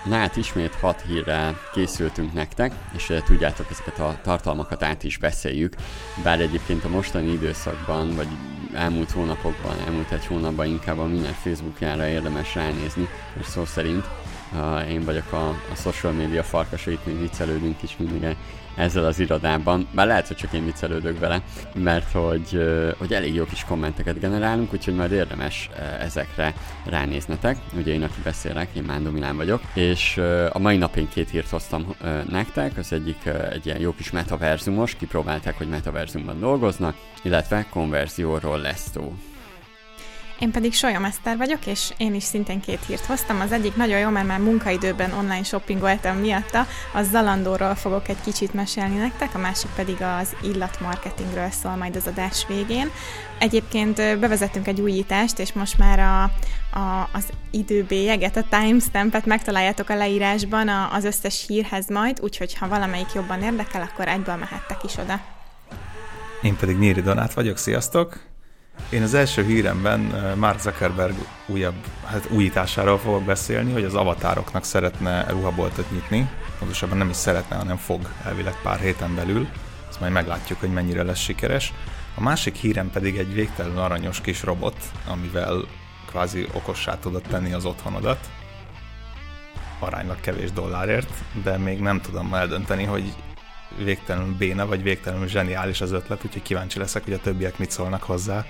Na hát ismét 6 hírrel készültünk nektek, és tudjátok, ezeket a tartalmakat át is beszéljük, bár egyébként a mostani időszakban, vagy elmúlt hónapokban, elmúlt egy hónapban inkább a minden Facebookjára érdemes ránézni, és szó szerint én vagyok a social media farkasa, itt még viccelődünk is mindig ezzel az irodában, bár lehet, hogy csak én viccelődök vele, mert hogy elég jó kis kommenteket generálunk, úgyhogy majd érdemes ezekre ránéznetek. Ugye én, aki beszélek, én Mándor Milán vagyok, és a mai nap én 2 hírt hoztam nektek, az egyik egy ilyen jó kis metaverzumos, kipróbálták, hogy metaverzumban dolgoznak, illetve konverzióról lesz szó. Én pedig Solyom Eszter vagyok, és én is szintén 2 hírt hoztam. Az egyik nagyon jó, mert már munkaidőben online shoppingoltam miatta, a Zalandóról fogok egy kicsit mesélni nektek, a másik pedig az illatmarketingről szól majd az adás végén. Egyébként bevezettünk egy újítást, és most már az időbélyeget, a timestampet megtaláljátok a leírásban az összes hírhez majd, úgyhogy ha valamelyik jobban érdekel, akkor egyből mehettek is oda. Én pedig Nyíri Donát vagyok, sziasztok! Én az első híremben Mark Zuckerberg újításáról fogok beszélni, hogy az avatároknak szeretne ruhaboltot nyitni. Pontosabban nem is szeretne, hanem fog elvileg pár héten belül. Ezt majd meglátjuk, hogy mennyire lesz sikeres. A másik hírem pedig egy végtelenül aranyos kis robot, amivel kvázi okossá tudod tenni az otthonodat. Aránylag kevés dollárért, de még nem tudom eldönteni, hogy végtelenül béna, vagy végtelenül zseniális az ötlet, úgyhogy kíváncsi leszek, hogy a többiek mit szólnak hozzá.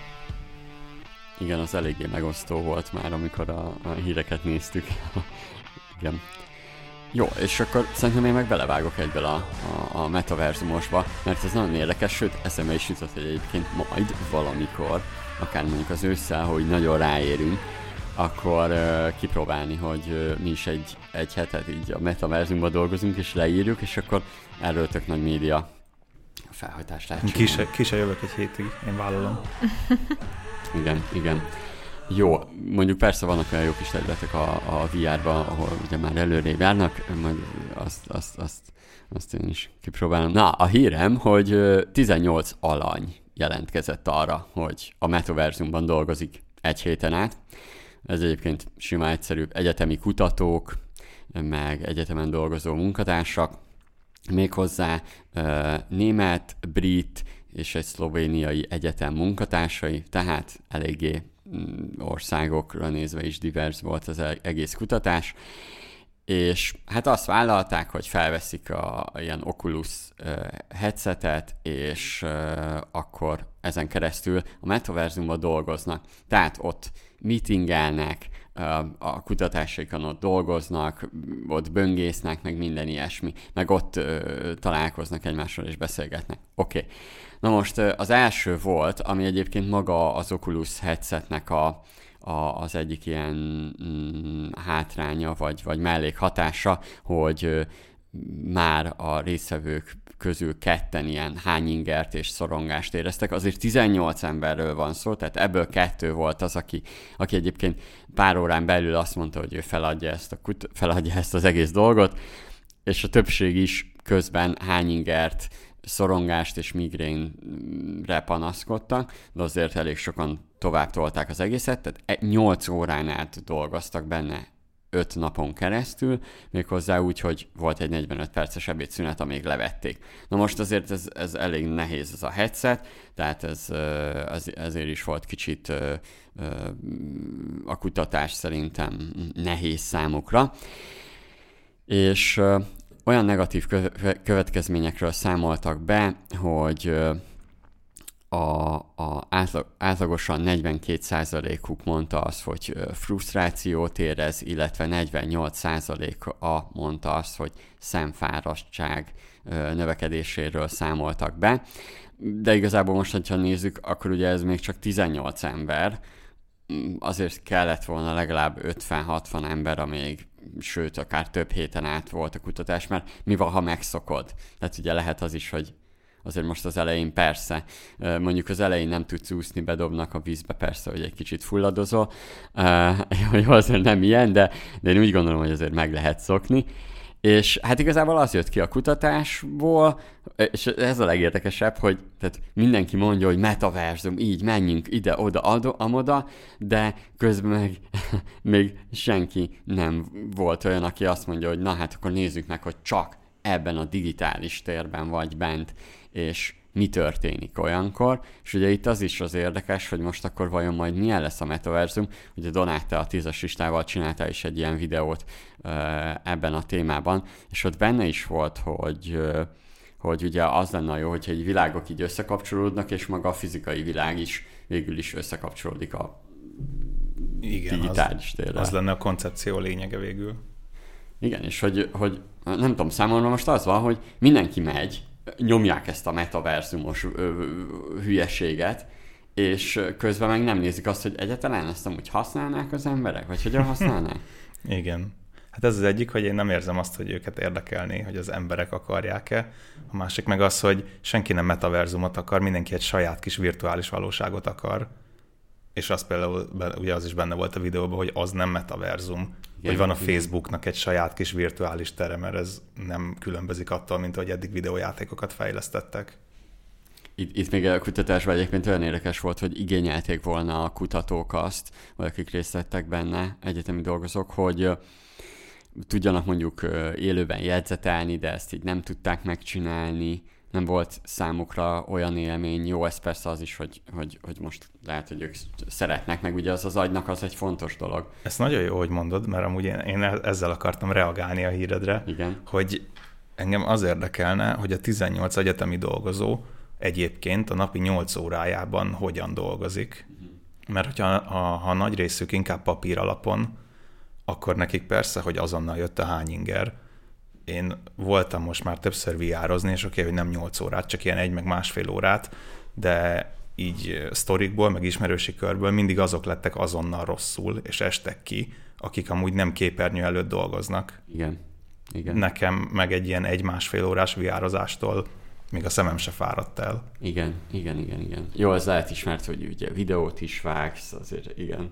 Igen, az eléggé megosztó volt már, amikor a híreket néztük. Igen. Jó, és akkor szerintem én meg belevágok egyből a metaverzumosba, mert ez nagyon érdekes, sőt, eszembe is jutott, hogy egyébként majd valamikor, akár mondjuk az ősszel, hogy nagyon ráérünk, akkor kipróbálni, hogy mi is egy hetet így a metaverzumban dolgozunk, és leírjuk, és akkor erről tök nagy média felhajtást látjuk. Ki se jövök egy hétig, én vállalom. Igen. Jó, mondjuk persze vannak olyan jó kis területek a VR-ba, ahol ugye már előrébb járnak, majd azt én is kipróbálom. Na, a hírem, hogy 18 alany jelentkezett arra, hogy a metaverzumban dolgozik egy héten át. Ez egyébként sima egyszerű egyetemi kutatók, meg egyetemen dolgozó munkatársak, méghozzá német, brit és egy szlovéniai egyetem munkatársai, tehát eléggé országokra nézve is divers volt az egész kutatás, és hát azt vállalták, hogy felveszik ilyen Oculus headsetet, és akkor ezen keresztül a metaverzumban dolgoznak. Tehát ott meetingelnek, a kutatásaikon ott dolgoznak, ott böngésznek, meg minden ilyesmi, meg ott találkoznak egymással és beszélgetnek. Oké. Na most az első volt, ami egyébként maga az Oculus headsetnek az egyik ilyen hátránya, vagy mellékhatása, hogy már a résztvevők közül ketten ilyen hányingert és szorongást éreztek. Azért 18 emberről van szó, tehát ebből 2 volt az, aki egyébként pár órán belül azt mondta, hogy ő feladja ezt az egész dolgot, és a többség is közben hányingert, szorongást és migrénre panaszkodtak, de azért elég sokan tovább tolták az egészet, tehát 8 órán át dolgoztak benne 5 napon keresztül, méghozzá úgy, hogy volt egy 45 perces ebédszünet, amíg levették. Na most azért ez elég nehéz ez a headset, tehát ezért is volt kicsit a kutatás szerintem nehéz számukra. És olyan negatív következményekről számoltak be, hogy átlagosan 42%-uk mondta azt, hogy frusztrációt érez, illetve 48%-a mondta azt, hogy szemfáradtság növekedéséről számoltak be. De igazából most, hogyha nézzük, akkor ugye ez még csak 18 ember, azért kellett volna legalább 50-60 ember, sőt, akár több héten át volt a kutatás, mert mi van, ha megszokod? Tehát ugye lehet az is, hogy azért most az elején persze, mondjuk az elején nem tudsz úszni, bedobnak a vízbe, persze, hogy egy kicsit fulladozol, hogy azért nem ilyen, de én úgy gondolom, hogy azért meg lehet szokni. És hát igazából az jött ki a kutatásból, és ez a legérdekesebb, hogy tehát mindenki mondja, hogy metaverzum, így menjünk ide, oda, amoda, de közben meg még senki nem volt olyan, aki azt mondja, hogy na hát akkor nézzük meg, hogy csak ebben a digitális térben vagy bent, és mi történik olyankor, és ugye itt az is az érdekes, hogy most akkor vajon majd milyen lesz a metaverzum. Ugye Donát, te a 10-es listával csináltál is egy ilyen videót ebben a témában, és ott benne is volt, hogy ugye az lenne jó, hogyha egy világok így összekapcsolódnak, és maga a fizikai világ is végül is összekapcsolódik a digitális térrel. Az lenne a koncepció lényege végül. Igen, és hogy nem tudom, számomra most az van, hogy mindenki megy, nyomják ezt a metaverzumos hülyeséget, és közben meg nem nézik azt, hogy egyáltalán ezt amúgy használnák az emberek, vagy hogyan használnák? Igen. Hát ez az egyik, hogy én nem érzem azt, hogy őket érdekelné, hogy az emberek akarják-e. A másik meg az, hogy senki nem metaverzumot akar, mindenki egy saját kis virtuális valóságot akar. És az például, ugye az is benne volt a videóban, hogy az nem metaverzum. Igen, hogy van a Facebooknak egy saját kis virtuális tere, mert ez nem különbözik attól, mint hogy eddig videójátékokat fejlesztettek. Itt még a kutatásban egyébként olyan érdekes volt, hogy igényelték volna a kutatók azt, vagy akik részt vettek benne, egyetemi dolgozók, hogy tudjanak mondjuk élőben jegyzetelni, de ezt így nem tudták megcsinálni, nem volt számukra olyan élmény. Jó, ez persze az is, hogy most lehet, hogy ők szeretnek, meg ugye az agynak az egy fontos dolog. Ez nagyon jó, hogy mondod, mert amúgy én ezzel akartam reagálni a híredre, igen. Hogy engem az érdekelne, hogy a 18 egyetemi dolgozó egyébként a napi 8 órájában hogyan dolgozik. Mert hogyha ha nagy részük inkább papír alapon, akkor nekik persze, hogy azonnal jött a hány inger. Én voltam most már többször VR-ozni, és oké, hogy nem 8 órát, csak ilyen 1 meg másfél órát, de így sztorikból, meg ismerősi körből mindig azok lettek azonnal rosszul, és estek ki, akik amúgy nem képernyő előtt dolgoznak. Igen. Igen. Nekem meg egy ilyen 1-1,5 órás VR-ozástól még a szemem se fáradt el. Igen. Jó, ez lehet ismert, hogy ugye videót is vágsz, azért igen.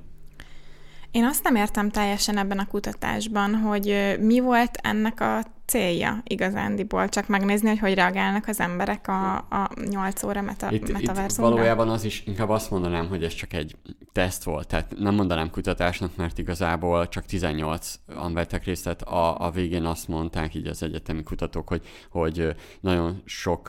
Én azt nem értem teljesen ebben a kutatásban, hogy mi volt ennek a célja igazándiból, csak megnézni, hogy reagálnak az emberek a 8 óra metaverzumra. Itt valójában az is, inkább azt mondanám, hogy ez csak egy teszt volt, tehát nem mondanám kutatásnak, mert igazából csak 18-an vettek részt, tehát a végén azt mondták így az egyetemi kutatók, hogy nagyon sok...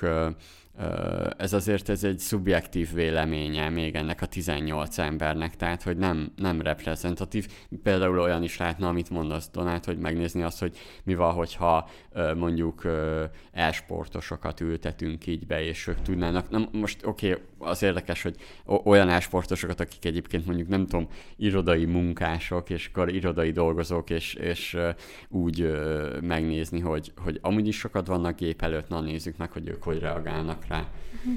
Ez egy szubjektív véleménye még ennek a 18 embernek, tehát hogy nem reprezentatív. Például olyan is lehetne, amit mondasz, Donát, hogy megnézni azt, hogy mi van, hogyha mondjuk e-sportosokat ültetünk így be, és ők tudnának. Nem, most oké, az érdekes, hogy olyan e-sportosokat, akik egyébként mondjuk nem tudom, irodai munkások, és akkor irodai dolgozók, és úgy megnézni, hogy amúgy is sokat vannak gép előtt, na nézzük meg, hogy ők hogy reagálnak rá.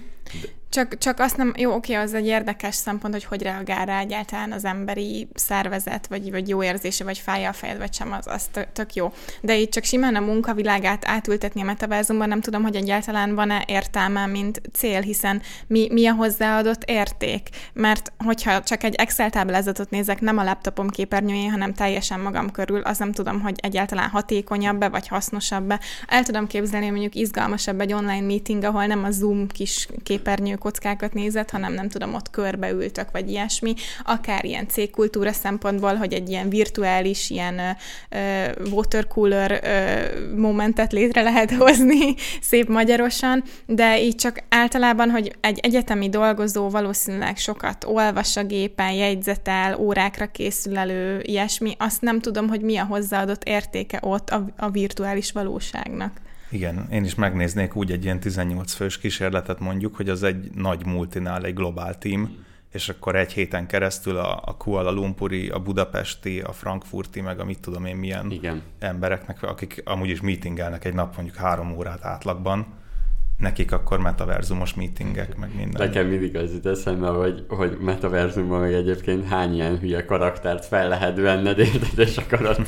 Csak azt nem, jó, oké, az egy érdekes szempont, hogy reagál rá egyáltalán az emberi szervezet, vagy jó érzése, vagy fájja a fejed, vagy sem, az tök jó. De itt csak simán a munkavilágát átültetni a metaverzumban, nem tudom, hogy egyáltalán van-e értelme, mint cél, hiszen mi a hozzáadott érték. Mert hogyha csak egy Excel táblázatot nézek, nem a laptopom képernyőjén, hanem teljesen magam körül, az nem tudom, hogy egyáltalán hatékonyabb-e, vagy hasznosabb-e. El tudom képzelni, hogy mondjuk izgalmasabb egy online meeting, ahol nem a Zoom kis képernyő kockákat nézett, hanem nem tudom, ott körbeültök, vagy ilyesmi. Akár ilyen cégkultúra szempontból, hogy egy ilyen virtuális, ilyen watercooler momentet létre lehet hozni, szép magyarosan, de így csak általában, hogy egy egyetemi dolgozó valószínűleg sokat olvas a gépen, jegyzetel, órákra készül elő, ilyesmi, azt nem tudom, hogy mi a hozzáadott értéke ott a virtuális valóságnak. Igen, én is megnéznék úgy egy ilyen 18 fős kísérletet mondjuk, hogy az egy nagy multinál, egy globál team, és akkor egy héten keresztül a Kuala Lumpuri, a budapesti, a frankfurti, meg a mit tudom én milyen embereknek, akik amúgy is meetingelnek egy nap mondjuk 3 órát átlagban, nekik akkor metaverzumos meetingek, meg minden. Nekem mindig az jut eszembe, hogy metaverzumban meg egyébként hány ilyen hülye karaktert fel lehet venned, és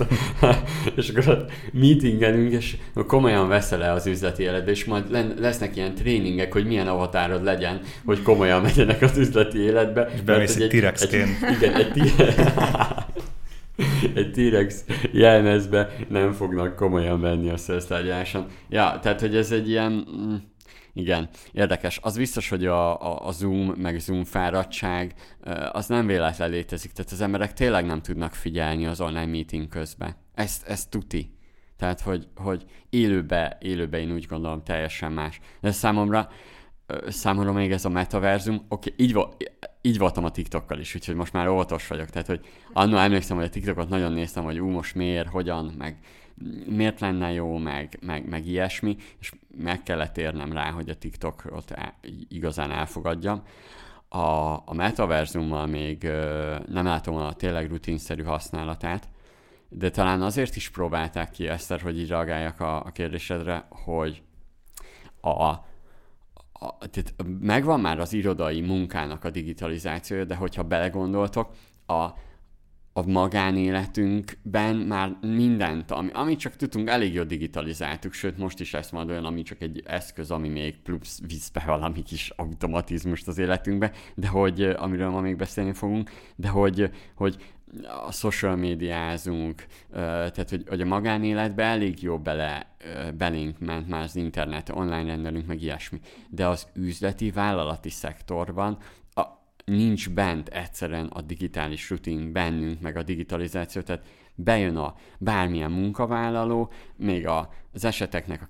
akkor meetingelünk, és komolyan veszel-e az üzleti életbe, és majd lesznek ilyen tréningek, hogy milyen avatárod legyen, hogy komolyan megyenek az üzleti életbe. És bemész egy T-rexként. Igen, egy T-rex jelmezbe nem fognak komolyan venni a szőztárgyáson. Ja, tehát, hogy ez egy ilyen... Igen, érdekes. Az biztos, hogy a Zoom, meg Zoom fáradtság, az nem véletlen létezik. Tehát az emberek tényleg nem tudnak figyelni az online meeting közben. Ezt tuti. Tehát, hogy élőbe én úgy gondolom teljesen más. De számomra még ez a metaverzum, oké, így voltam a TikTokkal is, úgyhogy most már óvatos vagyok. Tehát, hogy annól emlékszem, hogy a TikTokot nagyon néztem, hogy most miért, hogyan, meg miért lenne jó, meg ilyesmi, és meg kellett érnem rá, hogy a TikTokot igazán elfogadjam. A metaverzummal még nem látom a tényleg rutinszerű használatát, de talán azért is próbálták ki, Eszter, hogy így reagáljak a kérdésedre, hogy tehát megvan már az irodai munkának a digitalizációja, de hogyha belegondoltok, a magánéletünkben már mindent, amit csak tudtunk, elég jól digitalizáltuk, sőt most is ezt majd olyan, ami csak egy eszköz, ami még plusz visz be valami kis automatizmust az életünkbe, de hogy, amiről ma még beszélni fogunk, de hogy a social médiázunk, tehát hogy a magánéletbe elég jó belénk ment már az internet, online rendelünk, meg ilyesmi. De az üzleti, vállalati szektorban nincs bent egyszerűen a digitális rutin bennünk, meg a digitalizáció, tehát bejön a bármilyen munkavállaló, még az eseteknek a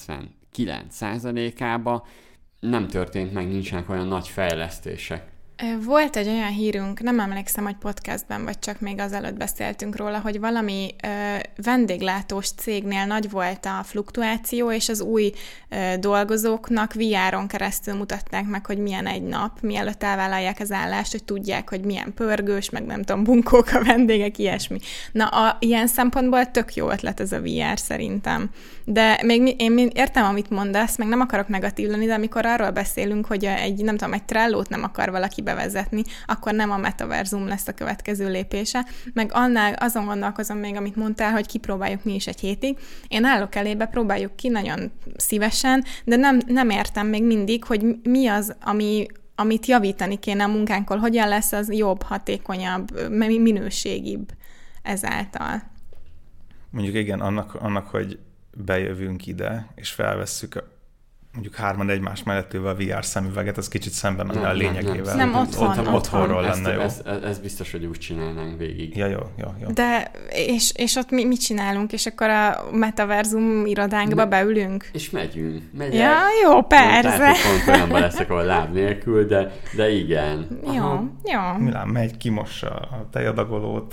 99%-ába nem történt meg, nincsenek olyan nagy fejlesztések. Volt egy olyan hírünk, nem emlékszem, hogy podcastben, vagy csak még azelőtt beszéltünk róla, hogy valami vendéglátós cégnél nagy volt a fluktuáció, és az új dolgozóknak VR-on keresztül mutatták meg, hogy milyen egy nap, mielőtt elvállalják az állást, hogy tudják, hogy milyen pörgős, meg nem tudom, bunkók a vendégek, ilyesmi. Na, ilyen szempontból tök jó ötlet ez a VR szerintem. De még én értem, amit mondasz, meg nem akarok negatív lenni, de amikor arról beszélünk, hogy egy Trellót nem akar valaki bevezetni, akkor nem a metaverzum lesz a következő lépése. Meg annál azon gondolkozom még, amit mondtál, hogy kipróbáljuk mi is egy hétig. Én állok elébe, próbáljuk ki nagyon szívesen, de nem értem még mindig, hogy mi az, amit javítani kéne a munkánkon, hogyan lesz az jobb, hatékonyabb, minőségibb ezáltal. Mondjuk igen, annak, hogy bejövünk ide, és felvesszük mondjuk hárman egymás mellett ülve a VR szemüveget, az kicsit szembe menne a lényegével. Nem otthonról lenne jó. Ez biztos, hogy úgy csinálnánk végig. Ja, jó. De, és ott mit csinálunk? És akkor a metaverzum irodánkba beülünk? És megyünk. Ja, jó, persze. Tehát, hogy pont olyanban leszek, ahol láb nélkül, de igen. Jó. Milán megy, kimossa a tejadagolót.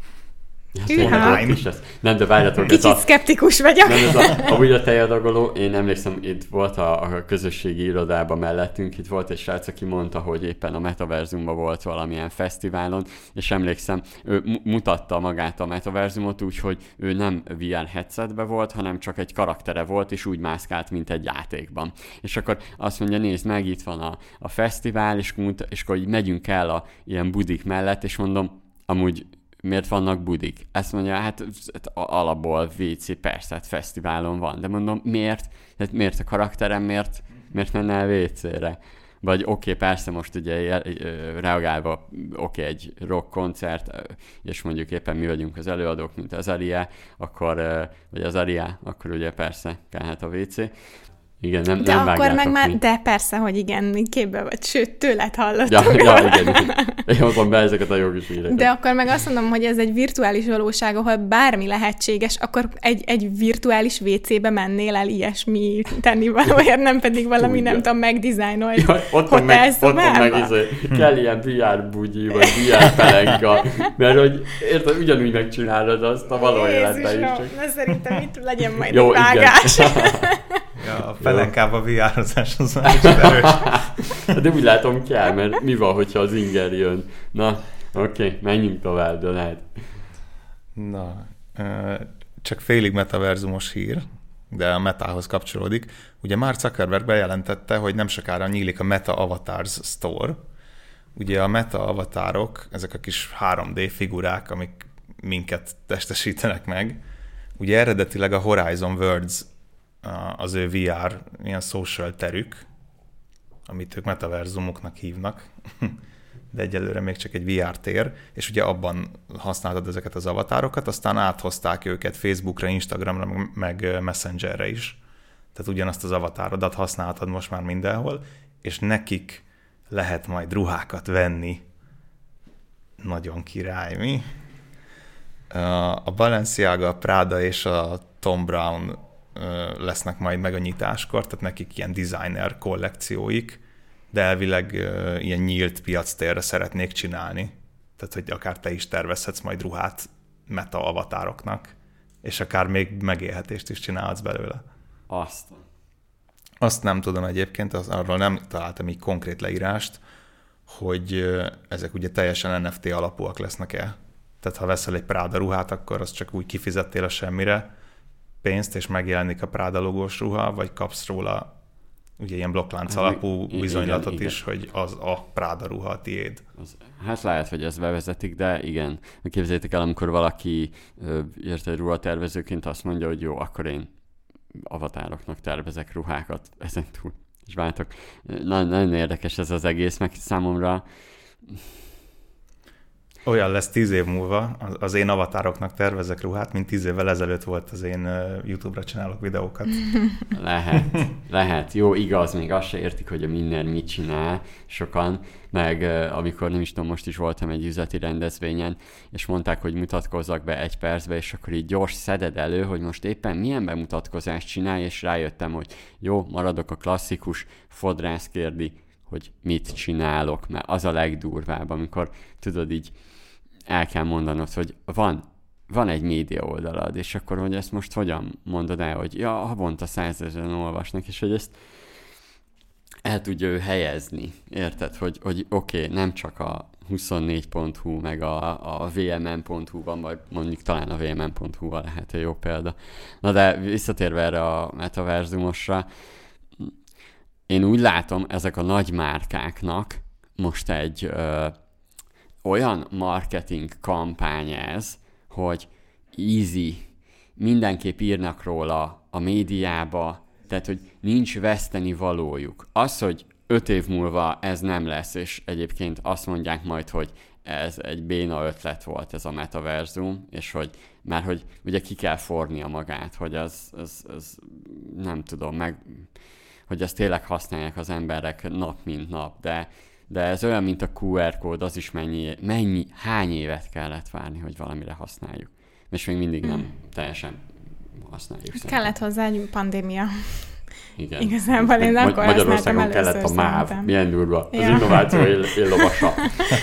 Nem, de várjatok. Kicsit szkeptikus vagyok. Amúgy a tejadagoló, én emlékszem, itt volt a közösségi irodában mellettünk, itt volt egy srác, aki mondta, hogy éppen a metaverzumban volt valamilyen fesztiválon, és emlékszem, ő mutatta magát a metaverzumot úgy, hogy ő nem VR headsetben volt, hanem csak egy karaktere volt, és úgy mászkált, mint egy játékban. És akkor azt mondja, nézd meg, itt van a fesztivál, és akkor így megyünk el a ilyen budik mellett, és mondom, amúgy miért vannak budik? Ezt mondja, hát alapból WC, persze, hát fesztiválon van. De mondom, miért? Hát miért a karakterem, miért menne el WC-re? Vagy oké, persze most ugye reagálva, egy rock koncert, és mondjuk éppen mi vagyunk az előadók, mint az Aria, vagy az Aria, akkor ugye persze kellhet a WC. Igen, nem akkor meg már, mi. De persze, hogy igen, képbe vagy, sőt, tőled hallottam. Ja, igen. Én hozom be ezeket a jogos híreket. De akkor meg azt mondom, hogy ez egy virtuális valóság, ahol bármi lehetséges, akkor egy virtuális WC-be mennél el ilyesmi tennivalóért, nem pedig valami, nem tudom, megdizájnolt hotelszobába. Kell ilyen VR bugyi, vagy VR pelenka, mert hogy érted, ugyanúgy megcsinálod azt a való életben is. Na szerintem itt legyen majd egy vágás. Ja, a pelenkába VR-ozás az már is erős. De úgy látom kell, mert mi van, hogyha az inger jön? Na, oké, menjünk tovább, Donát. Na, csak félig metaverzumos hír, de a metához kapcsolódik. Ugye Mark Zuckerberg bejelentette, hogy nem sokára nyílik a Meta Avatars Store. Ugye a Meta avatárok, ezek a kis 3D figurák, amik minket testesítenek meg. Ugye eredetileg a Horizon Worlds az ő VR, ilyen social terük, amit ők metaverzumoknak hívnak. de egyelőre még csak egy VR tér, és ugye abban használtad ezeket az avatárokat, aztán áthozták őket Facebookra, Instagramra, meg Messengerre is. Tehát ugyanazt az avatárodat használhatod most már mindenhol, és nekik lehet majd ruhákat venni. Nagyon király, mi? A Balenciaga, a Prada és a Thom Browne lesznek majd meg a nyitáskor, tehát nekik ilyen designer kollekcióik, de elvileg ilyen nyílt piactérre szeretnék csinálni. Tehát, hogy akár te is tervezhetsz majd ruhát meta avatároknak, és akár még megélhetést is csinálhatsz belőle. Azt nem tudom egyébként, arról nem találtam így konkrét leírást, hogy ezek ugye teljesen NFT alapúak lesznek-e. Tehát ha veszel egy Prada ruhát, akkor azt csak úgy kifizettél a semmire pénzt, és megjelenik a Prada logós ruha, vagy kapsz róla ugye ilyen blokklánc alapú bizonylatot igen. is, hogy az a Prada ruha a tiéd. Hát lehet, hogy ezt bevezetik, de igen. Képzeljétek el, amikor valaki érte ruhatervezőként azt mondja, hogy jó, akkor én avatároknak tervezek ruhákat ezen túl. És váltok. Nagyon érdekes ez az egész, meg számomra olyan lesz 10 év múlva, az én avatároknak tervezek ruhát, mint 10 évvel ezelőtt volt az én YouTube-ra csinálok videókat. Lehet. Jó, igaz, még azt se értik, hogy a minden mit csinál sokan, meg amikor nem is tudom, most is voltam egy üzleti rendezvényen, és mondták, hogy mutatkozzak be 1 percbe, és akkor így gyors szeded elő, hogy most éppen milyen bemutatkozást csinálj, és rájöttem, hogy jó, maradok a klasszikus, fodrász kérdi, hogy mit csinálok, mert az a legdurvább, amikor tudod így el kell mondanod, hogy van egy média oldalad, és akkor, hogy ezt most hogyan mondod el, hogy ja, havonta 100 000 olvasnak, és hogy ezt el tudja ő helyezni, érted? Hogy oké, nem csak a 24.hu, meg a vmn.hu-ban, vagy mondjuk talán a vmn.hu-val lehet egy jó példa. Na de visszatérve erre a metaverzumosra, én úgy látom, ezek a nagy márkáknak most egy olyan marketing kampány ez, hogy easy, mindenképp írnak róla a médiába, tehát, hogy nincs veszteni valójuk. Az, hogy 5 év múlva ez nem lesz, és egyébként azt mondják majd, hogy ez egy béna ötlet volt ez a metaverzum, és hogy már hogy ugye ki kell fornia magát, hogy az nem tudom, meg hogy ezt tényleg használják az emberek nap mint nap, de ez olyan, mint a QR kód, az is hány évet kellett várni, hogy valamire használjuk. És még mindig nem teljesen használjuk. Kellett hozzá egy pandémia. Igen. Igazából én akkor Magyarországon kellett a MÁV. Szerintem. Milyen durva. Ja. Az innováció éllovasa.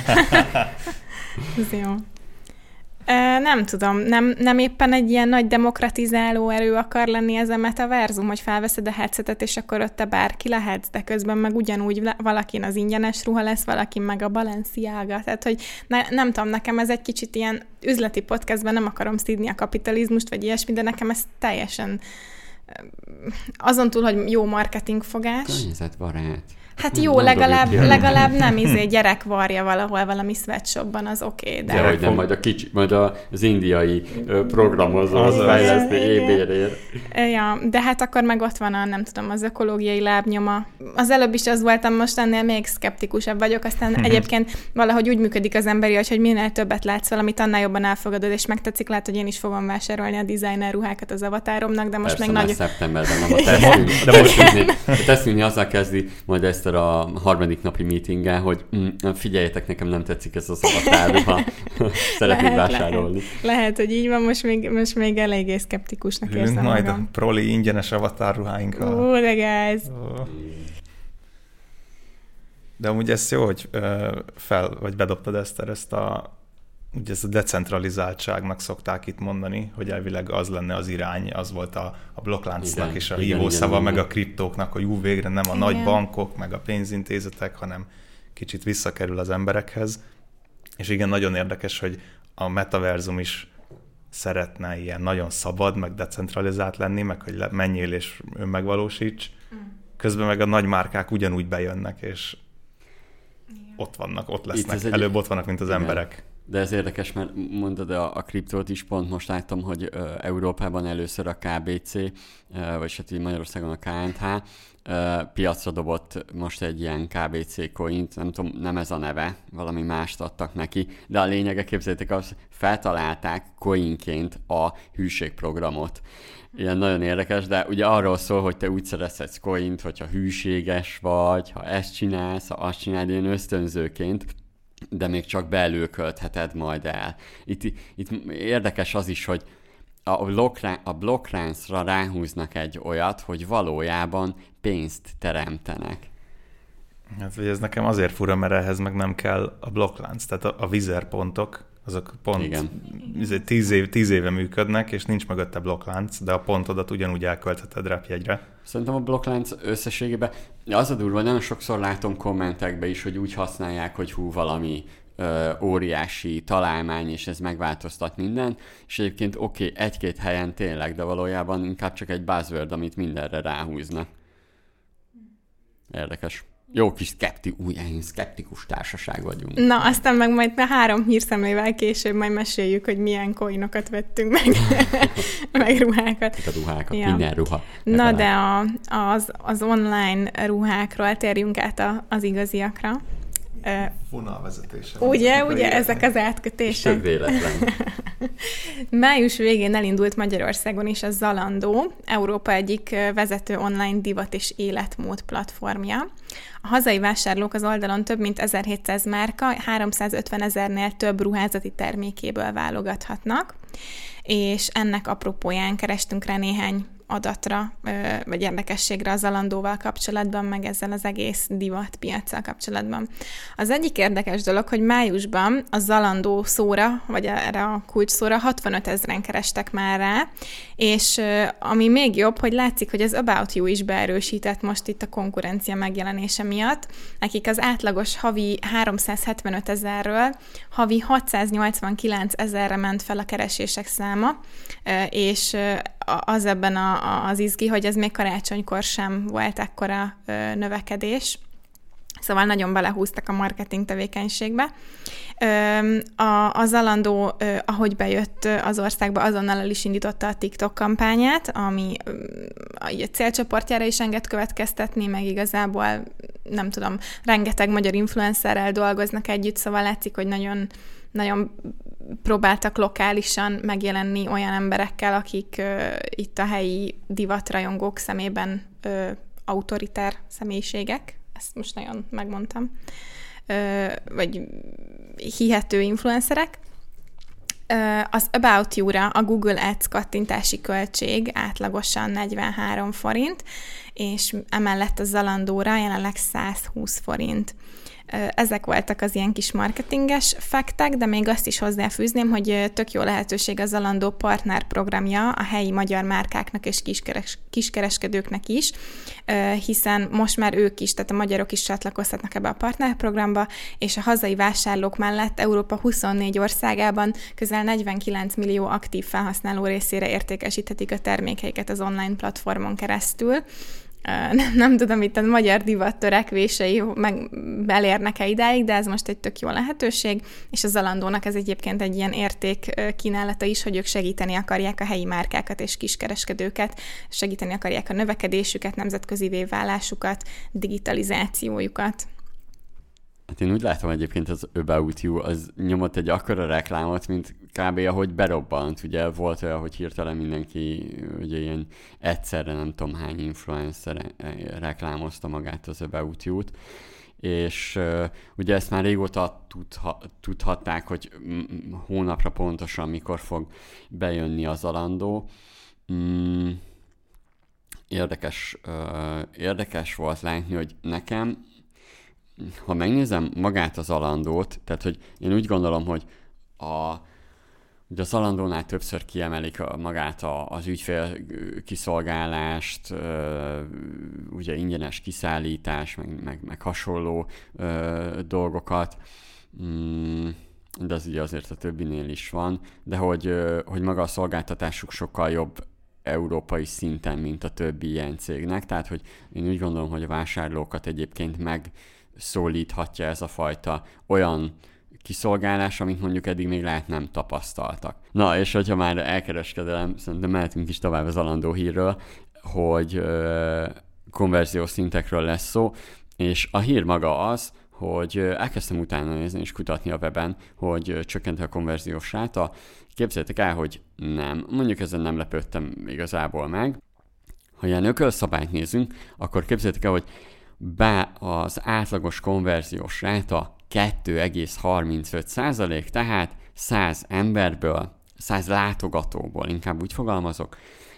Ez jó. Nem tudom, nem éppen egy ilyen nagy demokratizáló erő akar lenni ez a metaverzum, hogy felveszed a headsetet, és akkor ott te bárki lehetsz, de közben meg ugyanúgy valakin az ingyenes ruha lesz, valakin meg a Balenciaga. Tehát, hogy nem tudom, nekem ez egy kicsit ilyen üzleti podcastben nem akarom szídni a kapitalizmust, vagy ilyesmi, de nekem ez teljesen azon túl, hogy jó marketingfogás. Környezetbarát. Hát jó, legalább nem gyerek varja valahol valami sweatshopban, az oké. De hogy nem, majd az indiai programozó fejlesztő ébérért. Ja, de hát akkor meg ott van nem tudom, az ökológiai lábnyoma. Az előbb is az voltam, most ennél még szkeptikusabb vagyok, aztán egyébként valahogy úgy működik az emberi, hogy minél többet látsz valamit, annál jobban elfogadod, és megtetszik, lehet, hogy én is fogom vásárolni a designer ruhákat az avatáromnak, de most persze, még nagy... szeptemberben nem a tesztülni azzal kezdi, majd ezt a harmadik napi meetingen, hogy figyeljetek, nekem nem tetszik ez az avatár, ha szeretnék vásárolni. Lehet, hogy így van, most még eléggé szkeptikusnak érzem majd magam. A proli ingyenes avatár ruháinkkal. De gáz! De amúgy ez jó, hogy vagy bedobtad ezt a ugye ezt a decentralizáltságnak szokták itt mondani, hogy elvileg az lenne az irány, az volt a blokkláncnak és a hívószava, meg a kriptóknak, hogy végre nem a nagy bankok, meg a pénzintézetek, hanem kicsit visszakerül az emberekhez. És igen, nagyon érdekes, hogy a metaverzum is szeretne ilyen nagyon szabad, meg decentralizált lenni, meg hogy menjél és önmegvalósíts. Közben meg a nagy márkák ugyanúgy bejönnek, és ott lesznek, előbb ott vannak, mint az emberek. De ez érdekes, mert mondod a kriptót is, pont most láttam, hogy Európában először a KBC, vagyis hát így Magyarországon a KNH piacra dobott most egy ilyen KBC coint, nem tudom, nem ez a neve, valami mást adtak neki, de a lényege, képzeljétek, azt feltalálták coinként a hűségprogramot. Ilyen nagyon érdekes, de ugye arról szól, hogy te úgy szerezhetsz coint, hogyha hűséges vagy, ha ezt csinálsz, ha azt csinálod ilyen ösztönzőként, de még csak belül költheted majd el. Itt érdekes az is, hogy a blokkláncra ráhúznak egy olyat, hogy valójában pénzt teremtenek. Hát, ez nekem azért fura, mert ehhez meg nem kell a blokklánc. Tehát a Wither pontok, azok pont 10 éve működnek, és nincs mögötte blokklánc, de a pontodat ugyanúgy elköltheted repjegyre. Szerintem a blokklánc összességében, az a durva, nagyon sokszor látom kommentekbe is, hogy úgy használják, hogy valami óriási találmány, és ez megváltoztat mindent, és egyébként oké, egy-két helyen tényleg, de valójában inkább csak egy buzzword, amit mindenre ráhúznak. Érdekes. Jó kis szkeptikus társaság vagyunk. Na, aztán meg majd 3 hírszemlével később majd meséljük, hogy milyen coinokat vettünk meg, meg ruhákat. A ruhákat, minden ruha. Na, de az online ruhákról térjünk át az igaziakra. Vonalvezetése. Ugye, ezek az átkötések. Több véletlen. Május végén elindult Magyarországon is a Zalando, Európa egyik vezető online divat és életmód platformja. A hazai vásárlók az oldalon több mint 1700 márka, 350 000-nél több ruházati termékéből válogathatnak, és ennek apropóján kerestünk rá néhány adatra, vagy érdekességre a Zalandóval kapcsolatban, meg ezzel az egész divatpiaccal kapcsolatban. Az egyik érdekes dolog, hogy májusban a Zalando szóra, vagy erre a kulcs szóra 65 000-en kerestek már rá, és ami még jobb, hogy látszik, hogy az About You is beerősített most itt a konkurencia megjelenése miatt. Nekik az átlagos havi 375 000-ről havi 689 000-re ment fel a keresések száma, és az ebben az izgi, hogy ez még karácsonykor sem volt ekkora növekedés. Szóval nagyon belehúztak a marketing tevékenységbe. A Zalando, ahogy bejött az országba, azonnal el is indította a TikTok kampányát, ami a célcsoportjára is enged következtetni, meg igazából, nem tudom, rengeteg magyar influencerrel dolgoznak együtt, szóval látszik, hogy nagyon próbáltak lokálisan megjelenni olyan emberekkel, akik itt a helyi divatrajongók szemében autoritár személyiségek, ezt most nagyon megmondtam, vagy hihető influencerek. Az About You-ra a Google Ads kattintási költség átlagosan 43 forint, és emellett a Zalandóra jelenleg 120 forint. Ezek voltak az ilyen kis marketinges fakták, de még azt is hozzáfűzném, hogy tök jó lehetőség a Zalando partner programja a helyi magyar márkáknak és kiskereskedőknek is, hiszen most már ők is, tehát a magyarok is csatlakozhatnak ebbe a partnerprogramba, és a hazai vásárlók mellett Európa 24 országában közel 49 millió aktív felhasználó részére értékesíthetik a termékeiket az online platformon keresztül. Nem tudom, itt a magyar divat törekvései elérnek-e idáig, de ez most egy tök jó lehetőség, és a Zalandónak ez egyébként egy ilyen értékkínálata is, hogy ők segíteni akarják a helyi márkákat és kiskereskedőket, segíteni akarják a növekedésüket, nemzetközivé válásukat, digitalizációjukat. Hát én úgy látom egyébként az About You, az nyomott egy akkora reklámot, mint kb. Ahogy berobbant. Ugye volt olyan, hogy hirtelen mindenki ugye ilyen egyszerre nem tudom hány influencer reklámozta magát az About You-t, és ugye ezt már régóta tudhatták, hogy hónapra pontosan mikor fog bejönni a Zalando. Érdekes volt látni, hogy nekem, ha megnézem magát a Zalandót, tehát hogy én úgy gondolom, hogy ugye a Zalandónál többször kiemelik magát az ügyfél kiszolgálást, ugye ingyenes kiszállítás, meg hasonló dolgokat, de az ugye azért a többinél is van, de hogy maga a szolgáltatásuk sokkal jobb európai szinten, mint a többi ilyen cégnek, tehát hogy én úgy gondolom, hogy a vásárlókat egyébként megszólíthatja ez a fajta olyan kiszolgálás, amit mondjuk eddig még lehet nem tapasztaltak. Na, és hogyha már elkereskedelem, szerintem mehetünk is tovább az Zalando hírről, hogy konverziós szintekről lesz szó, és a hír maga az, hogy elkezdtem utána nézni és kutatni a weben, hogy csökkent a konverziós ráta. Képzeljétek el, hogy nem. Mondjuk ezen nem lepődtem igazából meg. Ha ilyen ökölszabályt nézünk, akkor képzeljétek el, hogy az átlagos konverziós ráta 2,35%, tehát 100 emberből, 100 látogatóból, inkább úgy fogalmazok,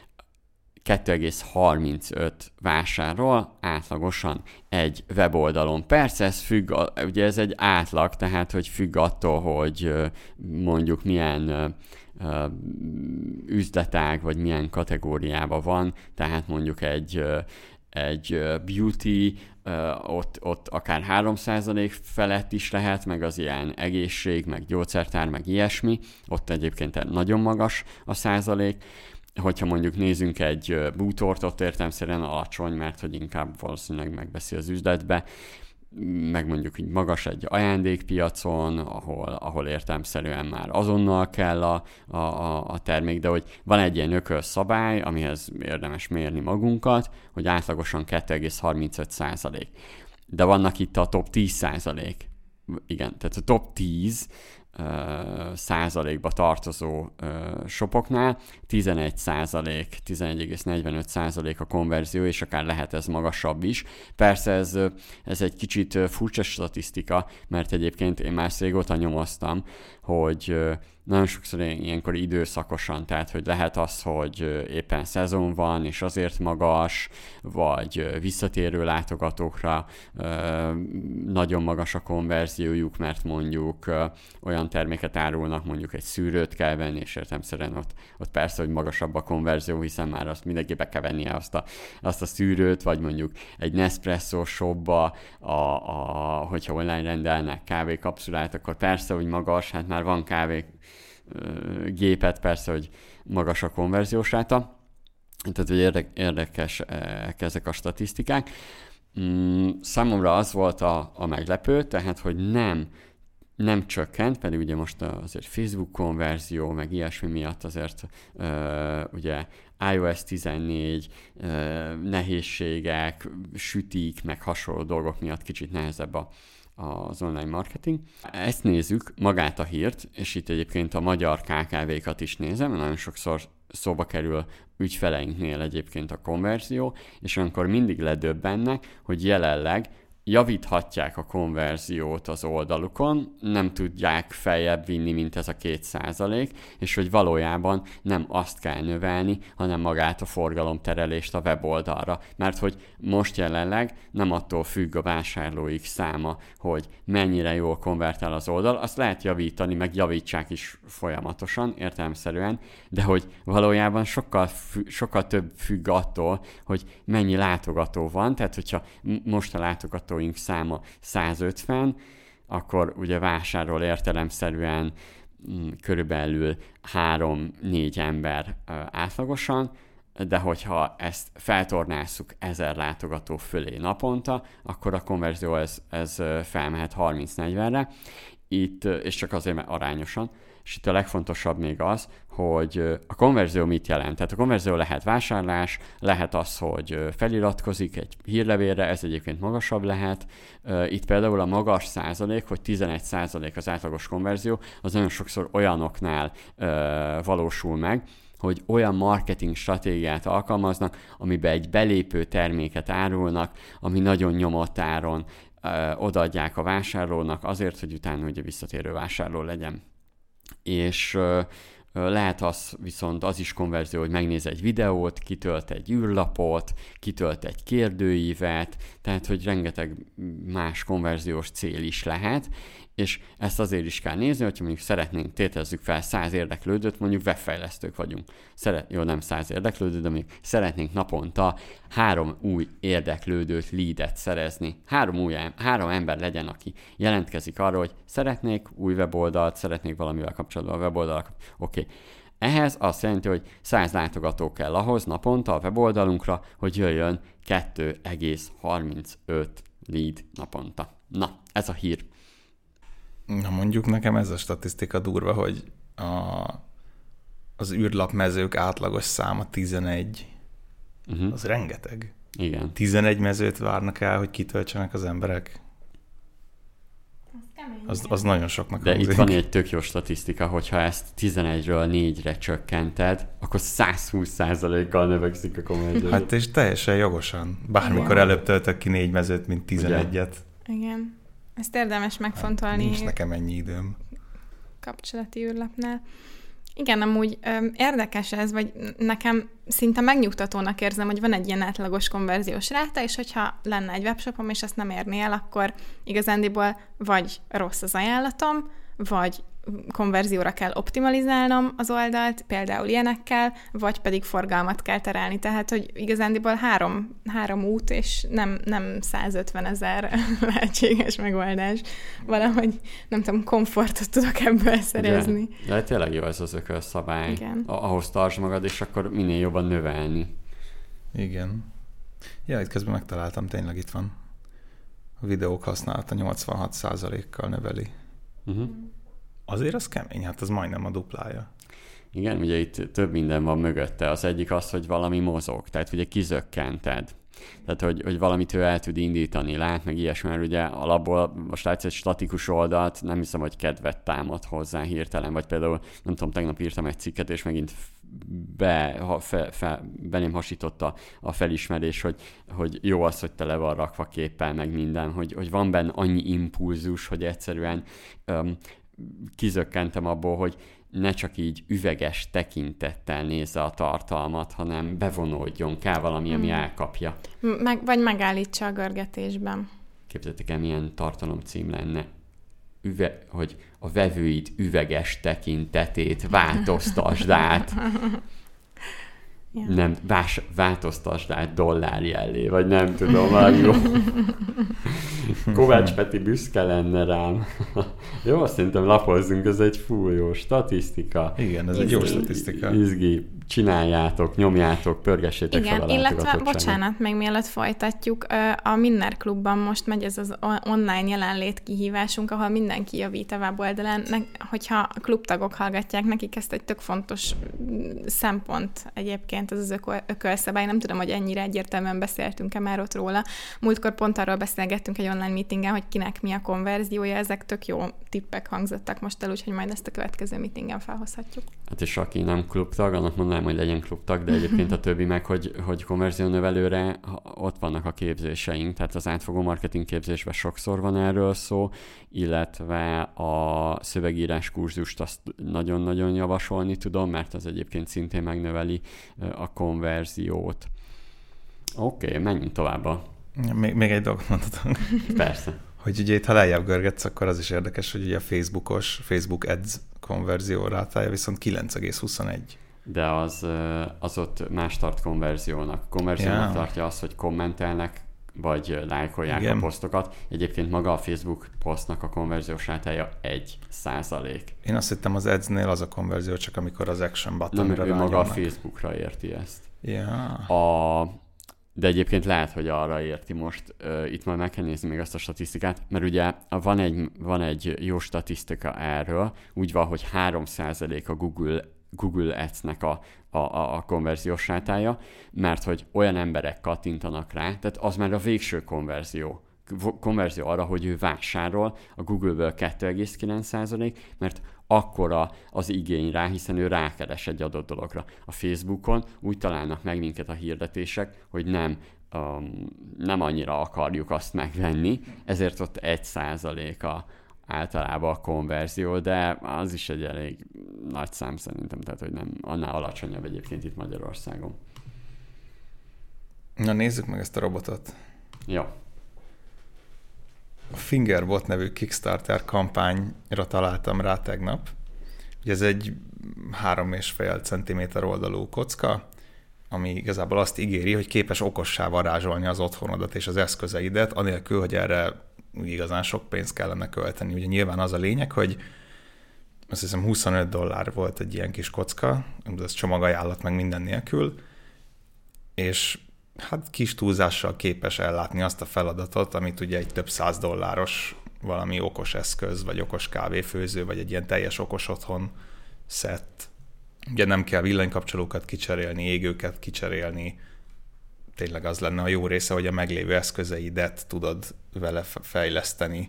2,35 vásárol átlagosan egy weboldalon. Persze ez függ, ugye ez egy átlag, tehát hogy függ attól, hogy mondjuk milyen üzletág, vagy milyen kategóriában van, tehát mondjuk egy beauty, ott akár 3% felett is lehet, meg az ilyen egészség, meg gyógyszertár, meg ilyesmi, ott egyébként nagyon magas a százalék. Hogyha mondjuk nézünk egy bútort, ott értelemszerűen alacsony, mert hogy inkább valószínűleg megveszi az üzletbe, meg mondjuk így magas egy ajándékpiacon, ahol értelemszerűen már azonnal kell a termék, de hogy van egy ilyen ökölszabály, amihez érdemes mérni magunkat, hogy átlagosan 2,35%. De vannak itt a top 10%. Igen, tehát a top 10 százalékba tartozó shopoknál 11,45% a konverzió, és akár lehet ez magasabb is. Persze ez egy kicsit furcsa statisztika, mert egyébként én már régóta nyomoztam, hogy nagyon sokszor ilyenkor időszakosan, tehát hogy lehet az, hogy éppen szezon van, és azért magas, vagy visszatérő látogatókra nagyon magas a konverziójuk, mert mondjuk olyan terméket árulnak, mondjuk egy szűrőt kell venni, és értelemszerűen ott persze, hogy magasabb a konverzió, hiszen már azt mindenki be kell vennie azt a szűrőt, vagy mondjuk egy Nespresso shopba, hogyha online rendelnek kávékapszulát, akkor persze, hogy magas, hát már van kávé gépet, persze, hogy magas a konverziós ráta. Tehát, hogy érdekes ezek a statisztikák. Számomra az volt a meglepő, tehát, hogy nem csökkent, pedig ugye most azért Facebook konverzió, meg ilyesmi miatt azért ugye iOS 14 nehézségek, sütik, meg hasonló dolgok miatt kicsit nehezebb az online marketing. Ezt nézzük, magát a hírt, és itt egyébként a magyar KKV-kat is nézem, nagyon sokszor szóba kerül ügyfeleinknél egyébként a konverzió, és akkor mindig ledöbbennek, hogy jelenleg javíthatják a konverziót az oldalukon, nem tudják feljebb vinni, mint ez a 2%, és hogy valójában nem azt kell növelni, hanem magát a forgalomterelést a weboldalra. Mert hogy most jelenleg nem attól függ a vásárlóik száma, hogy mennyire jól konvertál az oldal, azt lehet javítani, meg javítsák is folyamatosan, értelemszerűen, de hogy valójában sokkal több függ attól, hogy mennyi látogató van, tehát hogyha most a látogatóink száma 150, akkor ugye vásárol értelemszerűen körülbelül 3-4 ember átlagosan, de hogyha ezt feltornázzuk 1000 látogató fölé naponta, akkor a konverzió ez felmehet 30-40-re, itt, és csak azért, mert arányosan. És itt a legfontosabb még az, hogy a konverzió mit jelent. Tehát a konverzió lehet vásárlás, lehet az, hogy feliratkozik egy hírlevélre, ez egyébként magasabb lehet. Itt például a magas százalék, hogy 11% az átlagos konverzió, az nagyon sokszor olyanoknál valósul meg, hogy olyan marketing stratégiát alkalmaznak, amiben egy belépő terméket árulnak, ami nagyon nyomott áron odaadják a vásárlónak azért, hogy utána ugye visszatérő vásárló legyen. És lehet az viszont az is konverzió, hogy megnéz egy videót, kitölt egy űrlapot, kitölt egy kérdőívet, tehát hogy rengeteg más konverziós cél is lehet, és ezt azért is kell nézni, hogyha mondjuk szeretnénk, tételezzük fel 100 érdeklődőt, mondjuk webfejlesztők vagyunk. Nem 100 érdeklődőt, de még szeretnénk naponta 3 új érdeklődőt, leadet szerezni. 3 ember legyen, aki jelentkezik arra, hogy szeretnék új weboldalt, szeretnék valamivel kapcsolatban a weboldalak. Oké. Ehhez azt jelenti, hogy 100 látogató kell ahhoz naponta a weboldalunkra, hogy jöjjön 2,35 lead naponta. Na, ez a hír. Na mondjuk nekem ez a statisztika durva, hogy az űrlapmezők átlagos száma 11. Az rengeteg. Igen. 11 mezőt várnak el, hogy kitöltsenek az emberek. Az nagyon soknak hangzik. De itt van egy tök jó statisztika, hogyha ezt 11-ről 4-re csökkented, akkor 120%-kal növekszik a konverzió. Hát és teljesen jogosan. Bármikor előbb töltök ki 4 mezőt, mint 11-et. Igen. Ezt érdemes megfontolni. Nincs nekem ennyi időm. Kapcsolati űrlapnál. Igen, amúgy érdekes ez, vagy nekem szinte megnyugtatónak érzem, hogy van egy ilyen átlagos konverziós ráta, és hogyha lenne egy webshopom, és ezt nem érné el, akkor igazándiból vagy rossz az ajánlatom, vagy konverzióra kell optimalizálnom az oldalt, például ilyenekkel, vagy pedig forgalmat kell terelni. Tehát, hogy igazándiból három út, és nem 150 000 lehetséges megoldás. Valahogy, nem tudom, komfortot tudok ebből szerezni. Igen. De tényleg jó ez az ökölszabály. Igen. Ahhoz tartsd magad, és akkor minél jobban növelni. Igen. Ja, itt közben megtaláltam, tényleg itt van. A videók használata 86%-kal növeli. Azért az kemény, hát az majdnem a duplája. Igen, ugye itt több minden van mögötte. Az egyik az, hogy valami mozog, tehát ugye kizökkented. Tehát, hogy valamit ő el tud indítani, lát, meg ilyesmi, mert ugye alapból most látsz egy statikus oldalt, nem hiszem, hogy kedvet támad hozzá hirtelen, vagy például, nem tudom, tegnap írtam egy cikket, és megint belém hasította a felismerés, hogy jó az, hogy tele van rakva képpel, meg minden, hogy van benne annyi impulzus, hogy egyszerűen kizökkentem abból, hogy ne csak így üveges tekintettel nézze a tartalmat, hanem bevonódjon, kell valami, ami elkapja. Vagy megállítsa a görgetésben. Képzeljétek el, milyen tartalomcím lenne, hogy a vevőid üveges tekintetét változtasd át. Yeah. Nem, változtasd át dollárjellé, vagy nem tudom, már jó. Kovács Peti büszke lenne rám. Jó, szerintem lapozzunk, ez egy jó statisztika. Igen, ez egy jó statisztika. Izgi, csináljátok, nyomjátok, pörgessétek fel a látogatottságot. Illetve, bocsánat, még mielőtt folytatjuk, a Minner Klubban most megy ez az online jelenlét kihívásunk, ahol mindenki javít a weboldalán. Hogyha a klubtagok hallgatják, nekik ezt egy tök fontos szempont egyébként, ez az ökölszabály. Nem tudom, hogy ennyire egyértelműen beszéltünk-e már ott róla. Múltkor pont arról beszélgettünk egy online meetingen, hogy kinek mi a konverziója, ezek tök jó tippek hangzottak most el, úgyhogy majd ezt a következő meetingen felhozhatjuk. Hát és aki nem klubtag, annak mondanám, hogy legyen klubtag, de egyébként a többi meg, hogy konverziónövelőre ott vannak a képzéseink, tehát az átfogó marketing képzésben sokszor van erről szó, illetve a szövegírás kurzust azt nagyon-nagyon javasolni tudom, mert az egyébként szintén megnöveli a konverziót. Oké, menjünk tovább. Még egy dolgot mondhatunk. Persze. Hogy ugye itt, ha lejjebb görgetsz, akkor az is érdekes, hogy ugye a Facebook Ads konverzió rátája viszont 9,21. De az ott más tart konverziónak. Konverziónak tartja azt, hogy kommentelnek, vagy lájkolják a posztokat. Egyébként maga a Facebook posztnak a konverziós rátája 1%. Én azt hittem az Ads-nél az a konverzió, csak amikor az action buttonra rányomnak. Maga a Facebookra érti ezt. Ja. De egyébként lehet, hogy arra érti most. Itt majd meg kell nézni még azt a statisztikát, mert ugye van egy jó statisztika erről, úgy van, hogy 3% a Google Ads-nek a konverziós rátája, mert hogy olyan emberek kattintanak rá, tehát az már a végső konverzió arra, hogy ő vásárol, a Google-ből 2,9%, mert akkora az igény rá, hiszen ő rákeres egy adott dologra. A Facebookon úgy találnak meg minket a hirdetések, hogy nem annyira akarjuk azt megvenni, ezért ott 1% általában a konverzió, de az is egy elég nagy szám szerintem, tehát hogy nem annál alacsonyabb egyébként itt Magyarországon. Na nézzük meg ezt a robotot. Jó. A Fingerbot nevű Kickstarter kampányra találtam rá tegnap. Ugye ez egy 3,5 cm oldalú kocka, ami igazából azt ígéri, hogy képes okossá varázsolni az otthonodat és az eszközeidet, anélkül, hogy erre igazán sok pénzt kellene költeni. Ugye nyilván az a lényeg, hogy azt hiszem $25 volt egy ilyen kis kocka, ez csomagajánlat meg minden nélkül, és hát kis túlzással képes ellátni azt a feladatot, amit ugye egy több $100 valami okos eszköz, vagy okos kávéfőző, vagy egy ilyen teljes okos otthon szett. Ugye nem kell villanykapcsolókat kicserélni, égőket kicserélni. Tényleg az lenne a jó része, hogy a meglévő eszközeidet tudod vele fejleszteni.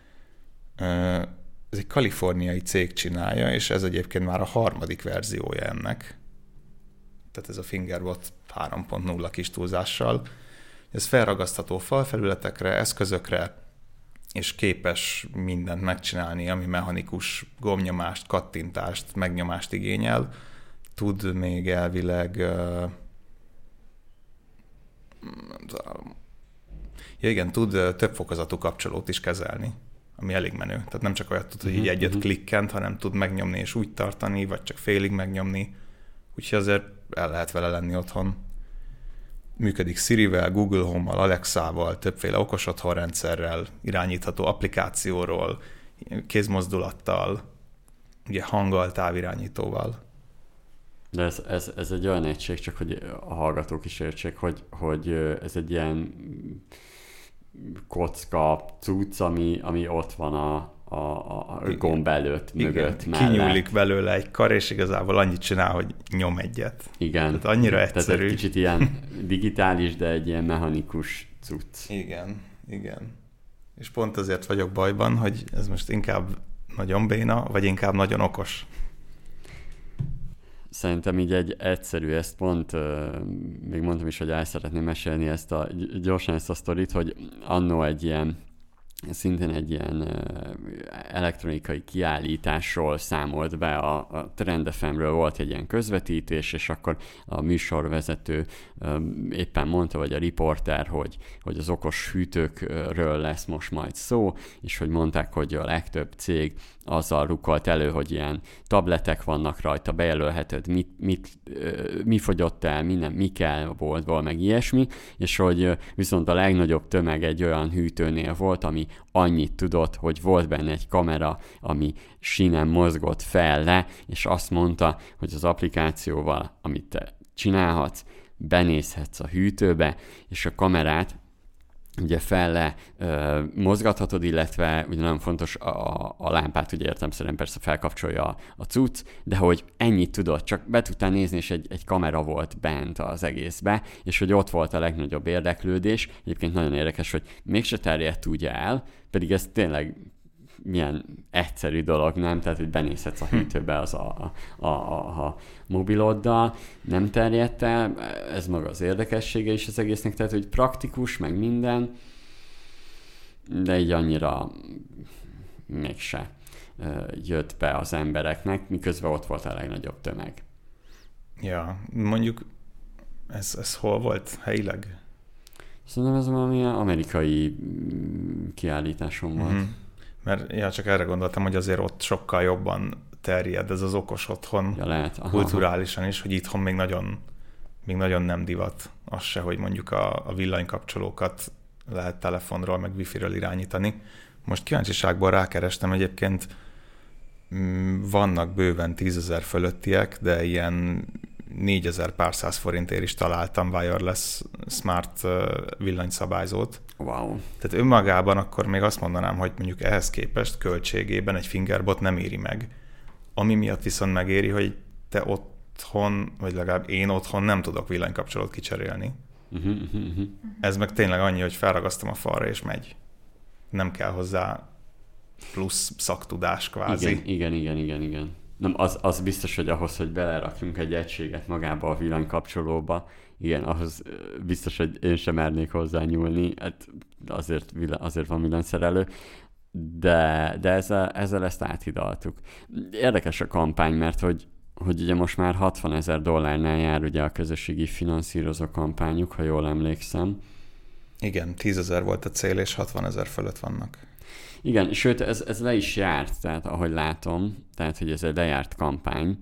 Ez egy kaliforniai cég csinálja, és ez egyébként már a 3. verziója ennek. Tehát ez a Fingerbot 3.0 kis túlzással. Ez felragasztható falfelületekre, eszközökre, és képes mindent megcsinálni, ami mechanikus gomnyomást, kattintást, megnyomást igényel. Tud még elvileg... tud több fokozatú kapcsolót is kezelni, ami elég menő. Tehát nem csak olyat tud, hogy így egyet klikkent, hanem tud megnyomni és úgy tartani, vagy csak félig megnyomni. Úgyhogy azért el lehet vele lenni otthon. Működik Sirivel, Google Home-mal, Alexával, többféle okos otthonrendszerrel, irányítható applikációról, kézmozdulattal, ugye hanggal, távirányítóval. De ez egy olyan egység, csak hogy a hallgatók is értsék, hogy ez egy ilyen kocka cucc, ami ott van a gomb előtt, mögött, mellett. Kinyúlik belőle egy kar, és igazából annyit csinál, hogy nyom egyet. Igen. Tehát annyira egyszerű. Tehát egy kicsit ilyen digitális, de egy ilyen mechanikus cucc. Igen. És pont azért vagyok bajban, hogy ez most inkább nagyon béna, vagy inkább nagyon okos. Szerintem így egy egyszerű, ezt pont, még mondtam is, hogy el szeretném mesélni gyorsan ezt a sztorit, hogy annó szintén egy ilyen elektronikai kiállításról számolt be, a Trend FM-ről volt egy ilyen közvetítés, és akkor a műsorvezető éppen mondta, vagy a riporter, hogy az okos hűtőkről lesz most majd szó, és hogy mondták, hogy a legtöbb cég azzal rukkolt elő, hogy ilyen tabletek vannak rajta, bejelölheted, mi fogyott el, mi kell a boltból, meg ilyesmi, és hogy viszont a legnagyobb tömeg egy olyan hűtőnél volt, ami annyit tudott, hogy volt benne egy kamera, ami sínen mozgott fel le, és azt mondta, hogy az applikációval, amit te csinálhatsz, benézhetsz a hűtőbe, és a kamerát ugye felle mozgathatod, illetve ugye nagyon fontos a lámpát, ugye értelemszerűen persze felkapcsolja a cucc, de hogy ennyit tudod, csak be tudtál nézni, és egy kamera volt bent az egészbe, és hogy ott volt a legnagyobb érdeklődés. Egyébként nagyon érdekes, hogy mégse terjedt úgy el, pedig ez tényleg milyen egyszerű dolog, nem? Tehát, hogy benézhetsz a hűtőbe a mobiloddal, nem terjedt el, ez maga az érdekessége is az egésznek, tehát, hogy praktikus, meg minden, de így annyira mégse jött be az embereknek, miközben ott volt a legnagyobb tömeg. Ja, mondjuk ez hol volt helyileg? Szerintem ez valami amerikai kiállításon volt. Mm-hmm. Mert csak erre gondoltam, hogy azért ott sokkal jobban terjed ez az okos otthon, lehet. Kulturálisan is, hogy itthon még nagyon nem divat az se, hogy mondjuk a villanykapcsolókat lehet telefonról, meg wifi-ről irányítani. Most kíváncsiságból rákerestem, egyébként vannak bőven 10 000 fölöttiek, de ilyen 4000 pár száz forintért is találtam wireless smart villanyszabályzót. Wow. Tehát önmagában akkor még azt mondanám, hogy mondjuk ehhez képest költségében egy Fingerbot nem éri meg. Ami miatt viszont megéri, hogy te otthon, vagy legalább én otthon nem tudok villanykapcsolót kicserélni. Ez meg tényleg annyi, hogy felragasztom a falra és megy. Nem kell hozzá plusz szaktudás kvázi. Igen. Nem, az biztos, hogy ahhoz, hogy belerakjunk egy egységet magába a villanykapcsolóba, igen, ahhoz biztos, hogy én sem mernék hozzá nyúlni, hát azért van villanyszerelő, de ezzel ezt áthidaltuk. Érdekes a kampány, mert hogy ugye most már $60,000 jár ugye a közösségi finanszírozó kampányuk, ha jól emlékszem. Igen, 10 000 volt a cél, és 60,000 fölött vannak. Igen, sőt, ez le is járt, tehát ahogy látom, tehát hogy ez egy lejárt kampány.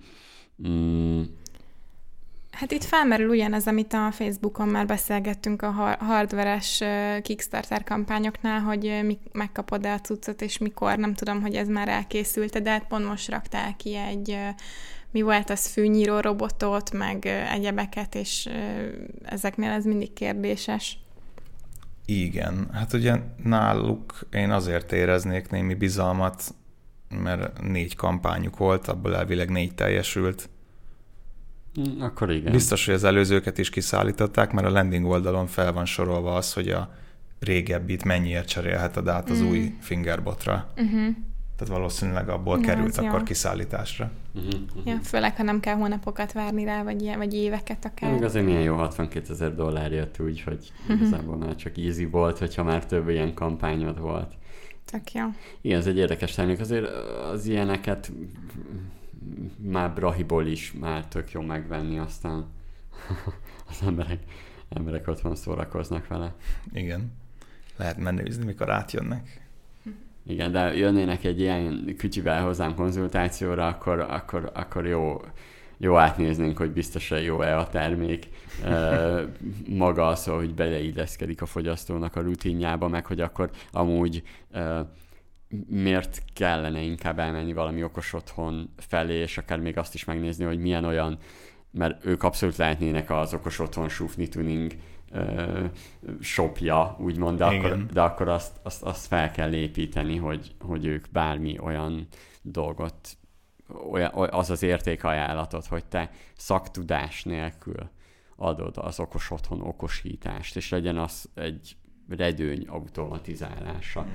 Hát itt felmerül ugyanez, amit a Facebookon már beszélgettünk a hardveres Kickstarter kampányoknál, hogy megkapod-e a cuccot, és mikor, nem tudom, hogy ez már elkészült, de hát pont most raktál ki mi volt az, fűnyíró robotot, meg egyebeket, és ezeknél ez mindig kérdéses. Igen, hát ugye náluk én azért éreznék némi bizalmat, mert 4 kampányuk volt, abból elvileg 4 teljesült. Akkor igen. Biztos, hogy az előzőket is kiszállították, mert a landing oldalon fel van sorolva az, hogy a régebbit mennyiért cserélheted át az új fingerbotra. Tehát valószínűleg abból került akkor kiszállításra. Ja, főleg, ha nem kell hónapokat várni rá, vagy éveket akár. Még azért milyen jó $62,000 jött úgy, hogy igazából már csak easy volt, hogyha már több ilyen kampányod volt. Tök jó. Igen, ez egy érdekes termék. Azért az ilyeneket már Brahiból is már tök jó megvenni, aztán az emberek otthon szórakoznak vele. Igen. Lehet menőzni, mikor átjönnek. Igen, de jönnének egy ilyen kütyüvel hozzám konzultációra, akkor jó átnéznénk, hogy biztosan jó-e a termék. Maga az, hogy beleilleszkedik a fogyasztónak a rutinjába, meg hogy akkor amúgy miért kellene inkább elmenni valami okos otthon felé, és akár még azt is megnézni, hogy milyen olyan, mert ők abszolút lehetnének az okos otthon Sufni Tuning shopja, úgymond, de akkor azt fel kell építeni, hogy ők bármi olyan dolgot, az az értékajánlatot, hogy te szaktudás nélkül adod az okos otthon okosítást, és legyen az egy redőny automatizálása.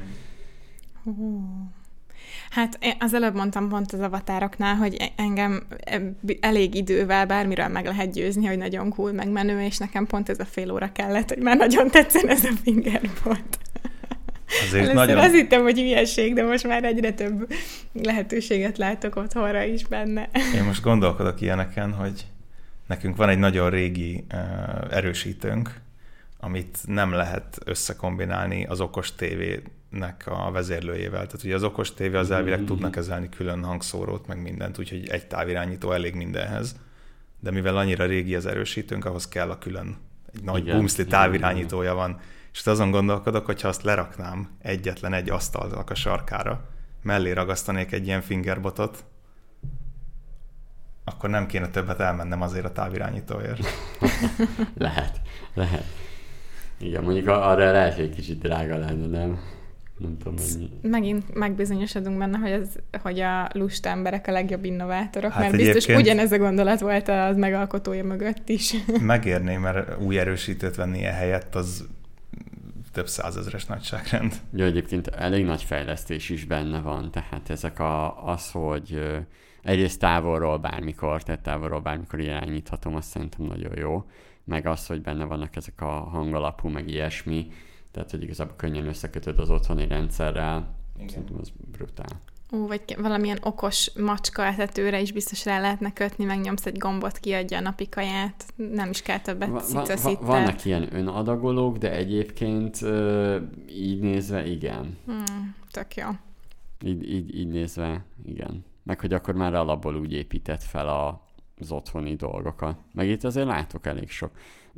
Hát az előbb mondtam pont az avatároknál, hogy engem elég idővel bármiről meg lehet győzni, hogy nagyon cool, meg menő, és nekem pont ez a fél óra kellett, hogy már nagyon tetszen ez a fingerboard. Először nagyon... azt hittem, hogy hülyeség, de most már egyre több lehetőséget látok otthonra is benne. Én most gondolkodok ilyeneken, hogy nekünk van egy nagyon régi erősítőnk, amit nem lehet összekombinálni az okos tévének a vezérlőjével. Tehát ugye az okos tévé az elvileg tudnak kezelni külön hangszórót, meg mindent, úgyhogy egy távirányító elég mindenhez. De mivel annyira régi az erősítőnk, ahhoz kell a külön, egy nagy bumszli távirányítója van. És azon gondolkodok, hogyha azt leraknám egyetlen egy asztalnak a sarkára, mellé ragasztanék egy ilyen fingerbotot, akkor nem kéne többet elmennem azért a távirányítóért. Lehet. Igen, mondjuk arra lehet, hogy egy kicsit drága lenne, nem? Nem tudom, mennyi. Megint megbizonyosodunk benne, hogy a lusta emberek a legjobb innovátorok, hát mert biztos ugyanez a gondolat volt az megalkotója mögött is. Megérné, mert új erősítőt venni ilyen helyett, az több százezeres nagyságrend. Jó, egyébként elég nagy fejlesztés is benne van, tehát ezek az, hogy egyrészt távolról bármikor irányíthatom, azt szerintem nagyon jó. Meg az, hogy benne vannak ezek a hangalapú, meg ilyesmi, tehát hogy igazából könnyen összekötöd az otthoni rendszerrel. Igen. Szerintem az brutál. Vagy valamilyen okos macska etetőre is biztos rá lehetne kötni, megnyomsz egy gombot, kiadja a napi kaját, nem is kell többet szitaszítani. Vannak ilyen önadagolók, de egyébként így nézve igen. Tök jó. Így nézve igen. Meg hogy akkor már alapból úgy épített fel az otthoni dolgokat. Meg itt azért látok elég sok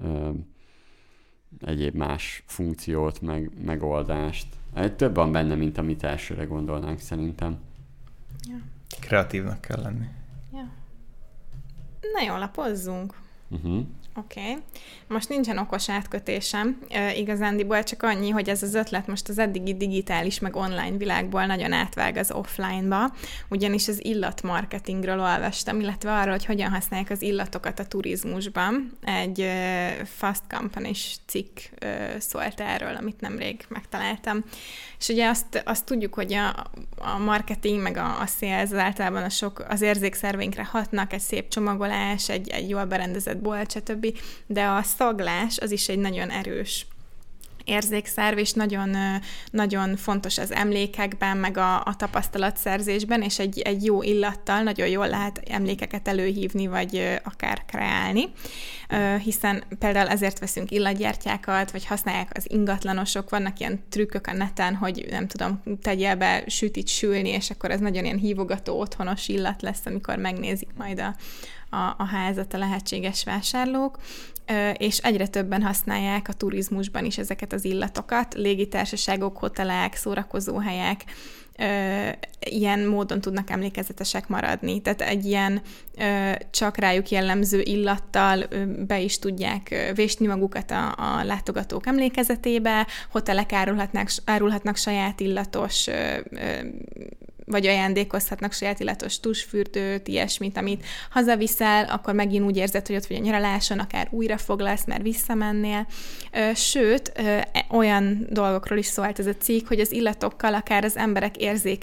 egyéb más funkciót, megoldást. Több van benne, mint amit elsőre gondolnánk szerintem. Ja. Kreatívnak kell lenni. Ja. Na jó, lapozzunk. Oké. Most nincsen okos átkötésem. Igazándiból csak annyi, hogy ez az ötlet most az eddigi digitális meg online világból nagyon átvág az offline-ba, ugyanis az illatmarketingről olvastam, illetve arról, hogy hogyan használják az illatokat a turizmusban. Egy Fast Company-s cikk szólt erről, amit nemrég megtaláltam. És ugye azt tudjuk, hogy a marketing meg a sales általában az érzékszerveinkre hatnak, egy szép csomagolás, egy jól berendezett bolt, stb. De a szaglás az is egy nagyon erős érzékszerv, és nagyon, nagyon fontos az emlékekben, meg a tapasztalatszerzésben, és egy jó illattal nagyon jól lehet emlékeket előhívni, vagy akár kreálni. Hiszen például ezért veszünk illatgyertyákat, vagy használják az ingatlanosok, vannak ilyen trükkök a neten, hogy nem tudom, tegyél be sütit sülni, és akkor ez nagyon ilyen hívogató, otthonos illat lesz, amikor megnézik majd a házat a lehetséges vásárlók. és egyre többen használják a turizmusban is ezeket az illatokat. Légitársaságok, hotelek, szórakozóhelyek ilyen módon tudnak emlékezetesek maradni. Tehát egy ilyen csak rájuk jellemző illattal be is tudják vésni magukat a látogatók emlékezetébe, hotelek árulhatnak saját illatos vagy ajándékozhatnak saját illatos tusfürdőt, ilyesmit, amit hazaviszel, akkor megint úgy érzed, hogy ott vagy a nyaraláson, akár újra foglalsz, mert visszamennél. Sőt, olyan dolgokról is szólt ez a cikk, hogy az illatokkal akár az emberek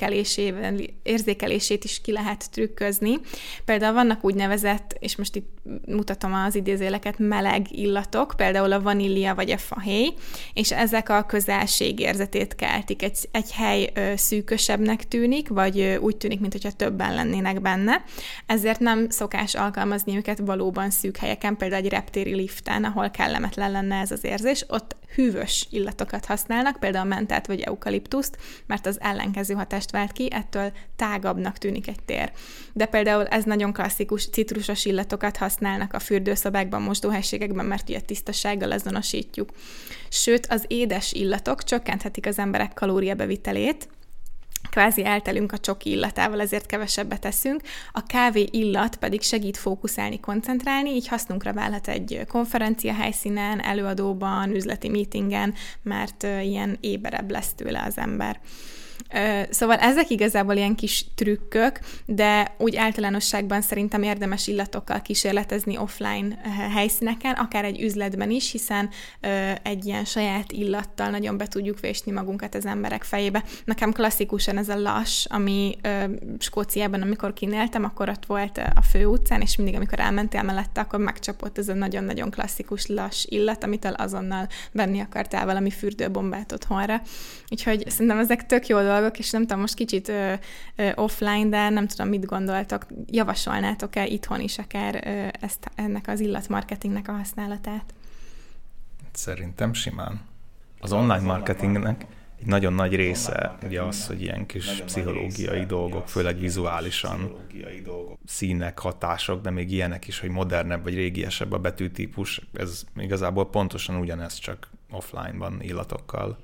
érzékelését is ki lehet trükközni. Például vannak úgynevezett, és most itt mutatom az idézőjeleket, meleg illatok, például a vanília vagy a fahéj, és ezek a közelség érzetét keltik. Egy hely szűkösebbnek tűnik, vagy úgy tűnik, mintha többen lennének benne. Ezért nem szokás alkalmazni őket valóban szűk helyeken, például egy reptéri liften, ahol kellemetlen lenne ez az érzés. Ott hűvös illatokat használnak, például mentát vagy eukaliptuszt, mert az ellenkező hatást vált ki, ettől tágabbnak tűnik egy tér. De például ez nagyon klasszikus, citrusos illatokat használnak a fürdőszobákban, mosdóhelységekben, mert ugye tisztasággal azonosítjuk. Sőt, az édes illatok csökkenthetik az emberek kalóriabevitelét, kvázi eltelünk a csoki illatával, ezért kevesebbet eszünk. A kávé illat pedig segít fókuszálni, koncentrálni, így hasznunkra válhat egy konferencia helyszínen, előadóban, üzleti meetingen, mert ilyen éberebb lesz tőle az ember. Szóval ezek igazából ilyen kis trükkök, de úgy általánosságban szerintem érdemes illatokkal kísérletezni offline helyszíneken, akár egy üzletben is, hiszen egy ilyen saját illattal nagyon be tudjuk vésni magunkat az emberek fejébe. Nekem klasszikusan ez a Lush, ami Skóciában, amikor kinéltem, akkor ott volt a főutcán, és mindig, amikor elmentél mellette, akkor megcsapott ez a nagyon-nagyon klasszikus Lush illat, amitől azonnal venni akartál valami fürdőbombát otthonra. Úgyhogy szerintem ezek tök jó dolgok, és nem tudom, most kicsit offline, de nem tudom, mit gondoltok. Javasolnátok-e itthon is akár ennek az illatmarketingnek a használatát? Szerintem simán. Az online marketingnek egy nagyon nagy része ugye az, hogy ilyen kis pszichológiai dolgok, főleg vizuálisan, színek, hatások, de még ilyenek is, hogy modernebb vagy régiesebb a betűtípus. Ez igazából pontosan ugyanez, csak offline-ban illatokkal.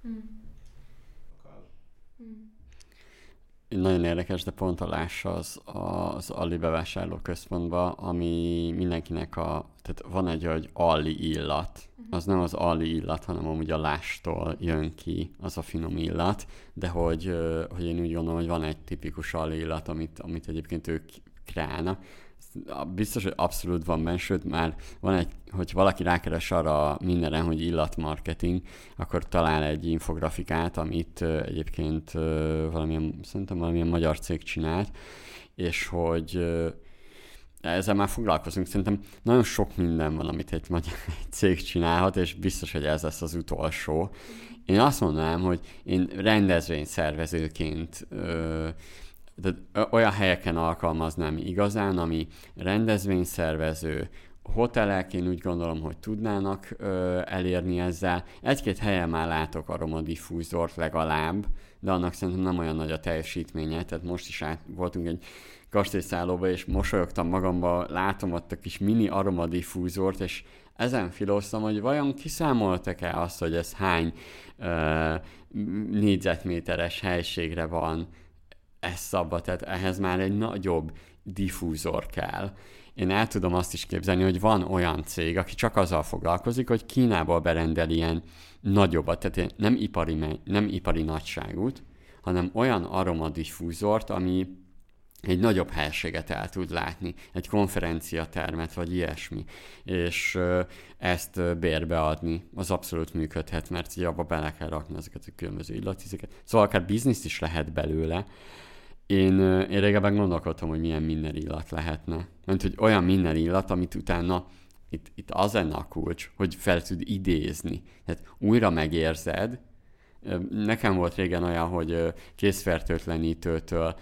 Nagyon érdekes, de pont a Lush az Aldi bevásárlóközpontban, ami mindenkinek tehát van egy Aldi illat. Az nem az Aldi illat, hanem amúgy a Lush-tól jön ki az a finom illat, de hogy én úgy gondolom, hogy van egy tipikus Aldi illat, amit egyébként ők kreálnak. Biztos, hogy abszolút van benne, sőt már van hogy valaki rákeres arra mindenre, hogy illatmarketing, akkor talál egy infografikát, amit egyébként szerintem valamilyen magyar cég csinált, és hogy ezzel már foglalkozunk. Szerintem nagyon sok minden van, amit egy magyar cég csinálhat, és biztos, hogy ez lesz az utolsó. Én azt mondanám, hogy én rendezvényszervezőként de olyan helyeken alkalmaznám igazán, ami rendezvényszervező, hotelek, én úgy gondolom, hogy tudnának elérni ezzel. Egy-két helyen már látok aromadiffúzort legalább, de annak szerintem nem olyan nagy a teljesítménye. Tehát most is voltunk egy kastélyszállóba, és mosolyogtam magamba, látom ott a kis mini aromadiffúzort, és ezen filóztam, hogy vajon kiszámoltak-e azt, hogy ez hány négyzetméteres helységre van ez szabva, tehát ehhez már egy nagyobb diffúzor kell. Én el tudom azt is képzelni, hogy van olyan cég, aki csak azzal foglalkozik, hogy Kínából berendel ilyen nagyobbat, tehát nem ipari nagyságút, hanem olyan aromadiffúzort, ami egy nagyobb helységet el tud látni, egy konferenciatermet, vagy ilyesmi, és ezt bérbe adni, az abszolút működhet, mert ugye abba bele kell rakni ezeket a különböző illatizeket. Szóval akár bizniszt is lehet belőle. Én régebben gondolkodtam, hogy milyen minden illat lehetne. Mert hogy olyan minden illat, amit utána itt az lenne a kulcs, hogy fel tud idézni. Tehát újra megérzed. Nekem volt régen olyan, hogy készfertőtlenítőtől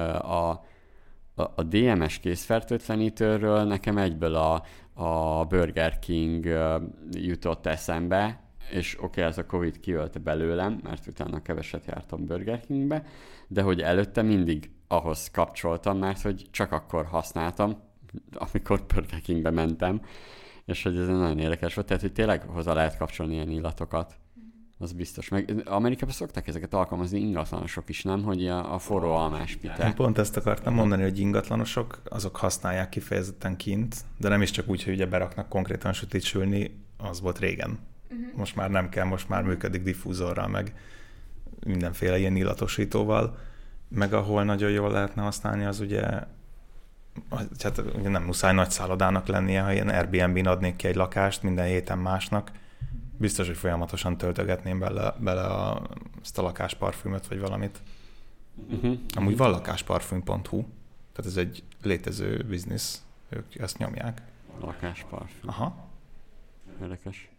a DMS készfertőtlenítőről nekem egyből a Burger King jutott eszembe, és oké, ez a Covid kiölte belőlem, mert utána keveset jártam Burger Kingbe, de hogy előtte mindig ahhoz kapcsoltam, mert hogy csak akkor használtam, amikor Burger Kingbe mentem, és hogy ez nagyon érdekes volt, tehát hogy tényleg hozzá lehet kapcsolni ilyen illatokat. Az biztos. Meg Amerikában szokták ezeket alkalmazni ingatlanosok is, nem? Hogy a forró almás pite. Én pont ezt akartam mondani, hogy ingatlanosok, azok használják kifejezetten kint, de nem is csak úgy, hogy ugye beraknak konkrétan sütét sülni, az volt régen. Most már nem kell, most már működik diffúzorral, meg mindenféle ilyen illatosítóval, meg ahol nagyon jól lehetne használni, az ugye, hát ugye nem muszáj nagy szállodának lennie, ha ilyen Airbnb-n adnék ki egy lakást minden héten másnak, biztos, hogy folyamatosan töltögetném bele ezt a lakásparfümöt, vagy valamit. Amúgy van lakásparfüm.hu, tehát ez egy létező biznisz, ők ezt nyomják. Lakásparfüm. Aha. Érdekes.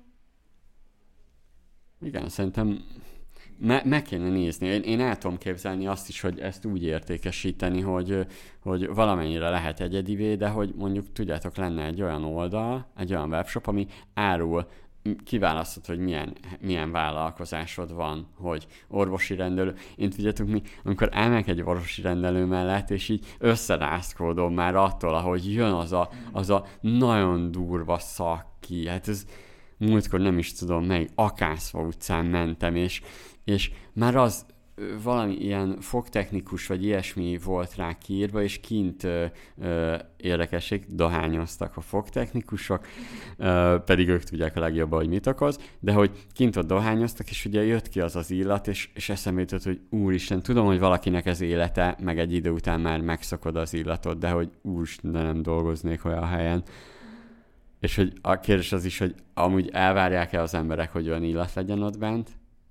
Igen, szerintem meg kéne nézni. Én el tudom képzelni azt is, hogy ezt úgy értékesíteni, hogy valamennyire lehet egyedivé, de hogy mondjuk tudjátok, lenne egy olyan oldal, egy olyan webshop, ami árul, kiválasztod, hogy milyen vállalkozásod van, hogy orvosi rendelő. Én tudjátok mi, amikor elmegyek egy orvosi rendelő mellett, és így összerázkódom már attól, ahogy jön az a nagyon durva szak ki. Hát ez múltkor nem is tudom melyik, Akászfa utcán mentem, és már az valami ilyen fogtechnikus vagy ilyesmi volt rá kiírva, és kint érdekesség, dohányoztak a fogtechnikusok, pedig ők tudják a legjobban, hogy mit okoz, de hogy kint ott dohányoztak, és ugye jött ki az illat, és eszembe jutott, hogy úristen, tudom, hogy valakinek ez élete, meg egy idő után már megszokod az illatot, de hogy úristen, de nem dolgoznék olyan helyen. És hogy a kérdés az is, hogy amúgy elvárják-e az emberek, hogy olyan illat legyen ott bent,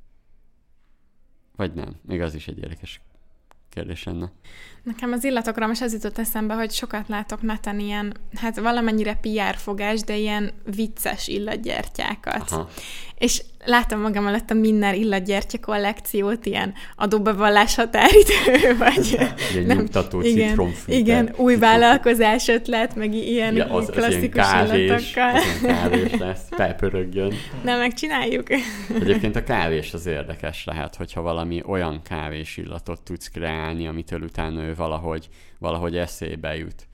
vagy nem? Még az is egy érdekes kérdés lenne. Nekem az illatokra most az jutott eszembe, hogy sokat látok neten ilyen, hát valamennyire PR fogás, de ilyen vicces illatgyertyákat. Aha. És látom magam előtt a Minner illatgyertya kollekciót, ilyen adóbevallás határidő, vagy nem, nyugtató citromfűte. Igen, új vállalkozás ötlet, meg ilyen ja, klasszikus illatokkal. Az kávés lesz, felpörögjön. Na, megcsináljuk. Egyébként a kávés az érdekes lehet, hogyha valami olyan kávés illatot tudsz kreálni, amitől utána ő valahogy eszébe jut.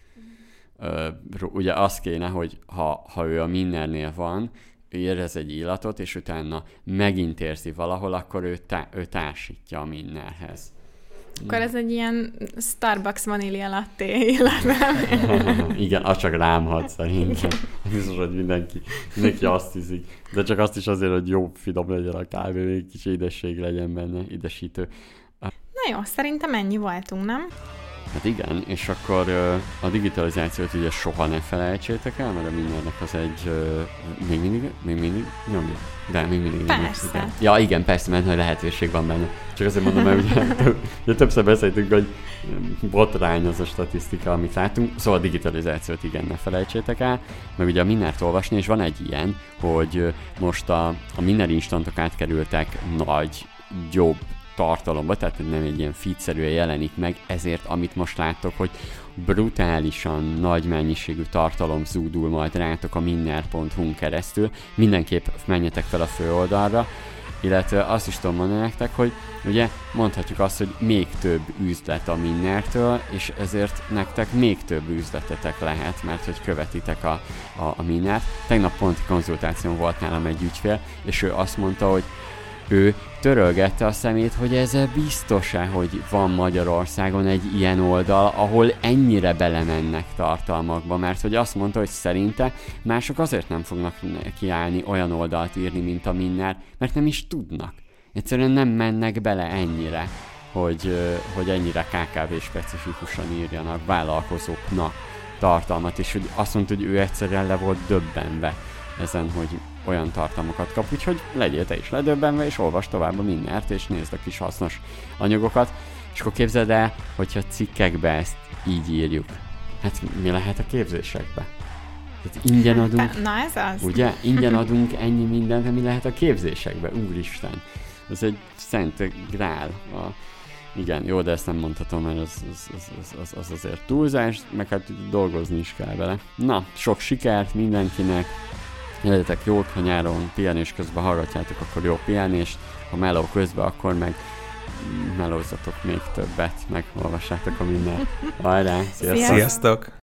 Ugye az kéne, hogy ha ő a Minnernél van, ő érez egy illatot, és utána megint érzi valahol, akkor ő társítja a Minnerhez. Akkor ez egy ilyen Starbucks vanília latte illat. Igen, az csak rám hat szerintem. Biztos, hogy mindenki azt hiszik. De csak azt is azért, hogy jó finom legyen a kávé, még kis édesség legyen benne, édesítő. Na jó, szerintem ennyi voltunk, nem? Hát igen, és akkor a digitalizációt ugye soha ne felejtsétek el, mert a Minnernek az egy még mindig nyomja. De még mindig persze. Ja igen, persze, mert nagy lehetőség van benne. Csak azért mondom, mert ugye többször beszéltünk, hogy botrány az a statisztika, amit látunk. Szóval a digitalizációt igen, ne felejtsétek el, meg ugye a Minnert olvasni, és van egy ilyen, hogy most a Minner instantok átkerültek nagy, jobb tartalomba, tehát nem egy ilyen feedszerűen jelenik meg, ezért amit most láttok, hogy brutálisan nagy mennyiségű tartalom zúdul majd rátok a minner.hu-n keresztül, mindenképp menjetek fel a főoldalra, illetve azt is tudom mondani nektek, hogy ugye mondhatjuk azt, hogy még több üzlet a Minnertől, és ezért nektek még több üzletetek lehet, mert hogy követitek a Minnert. Tegnap ponti konzultáción volt nálam egy ügyfél, és ő azt mondta, hogy ő törölgette a szemét, hogy ez biztos-e, hogy van Magyarországon egy ilyen oldal, ahol ennyire belemennek tartalmakba, mert hogy azt mondta, hogy szerinte mások azért nem fognak kiállni olyan oldalt írni, mint a Minner, mert nem is tudnak. Egyszerűen nem mennek bele ennyire, hogy ennyire KKV-specifikusan írjanak vállalkozóknak tartalmat, és hogy azt mondta, hogy ő egyszerűen le volt döbbenve ezen, hogy olyan tartalmakat kap, úgyhogy legyél te is ledöbbenve, és olvasd tovább a Minnert, és nézd a kis hasznos anyagokat, és akkor képzeld el, hogyha cikkekbe ezt így írjuk. Hát mi lehet a képzésekbe? Tehát ingyen adunk, na ez az. ugye? Ingyen adunk ennyi mindent, ami lehet a képzésekbe, úristen. Ez egy szent grál. Igen, jó, de ezt nem mondhatom, mert az azért túlzás, meg hát dolgozni is kell vele. Na, sok sikert mindenkinek, legyetek jók, ha nyáron pihenés közben hallgatjátok, akkor jó pihenést, ha meló közben, akkor meg melózzatok még többet, meg olvassátok a Minnert. Hajrá, sziasztok!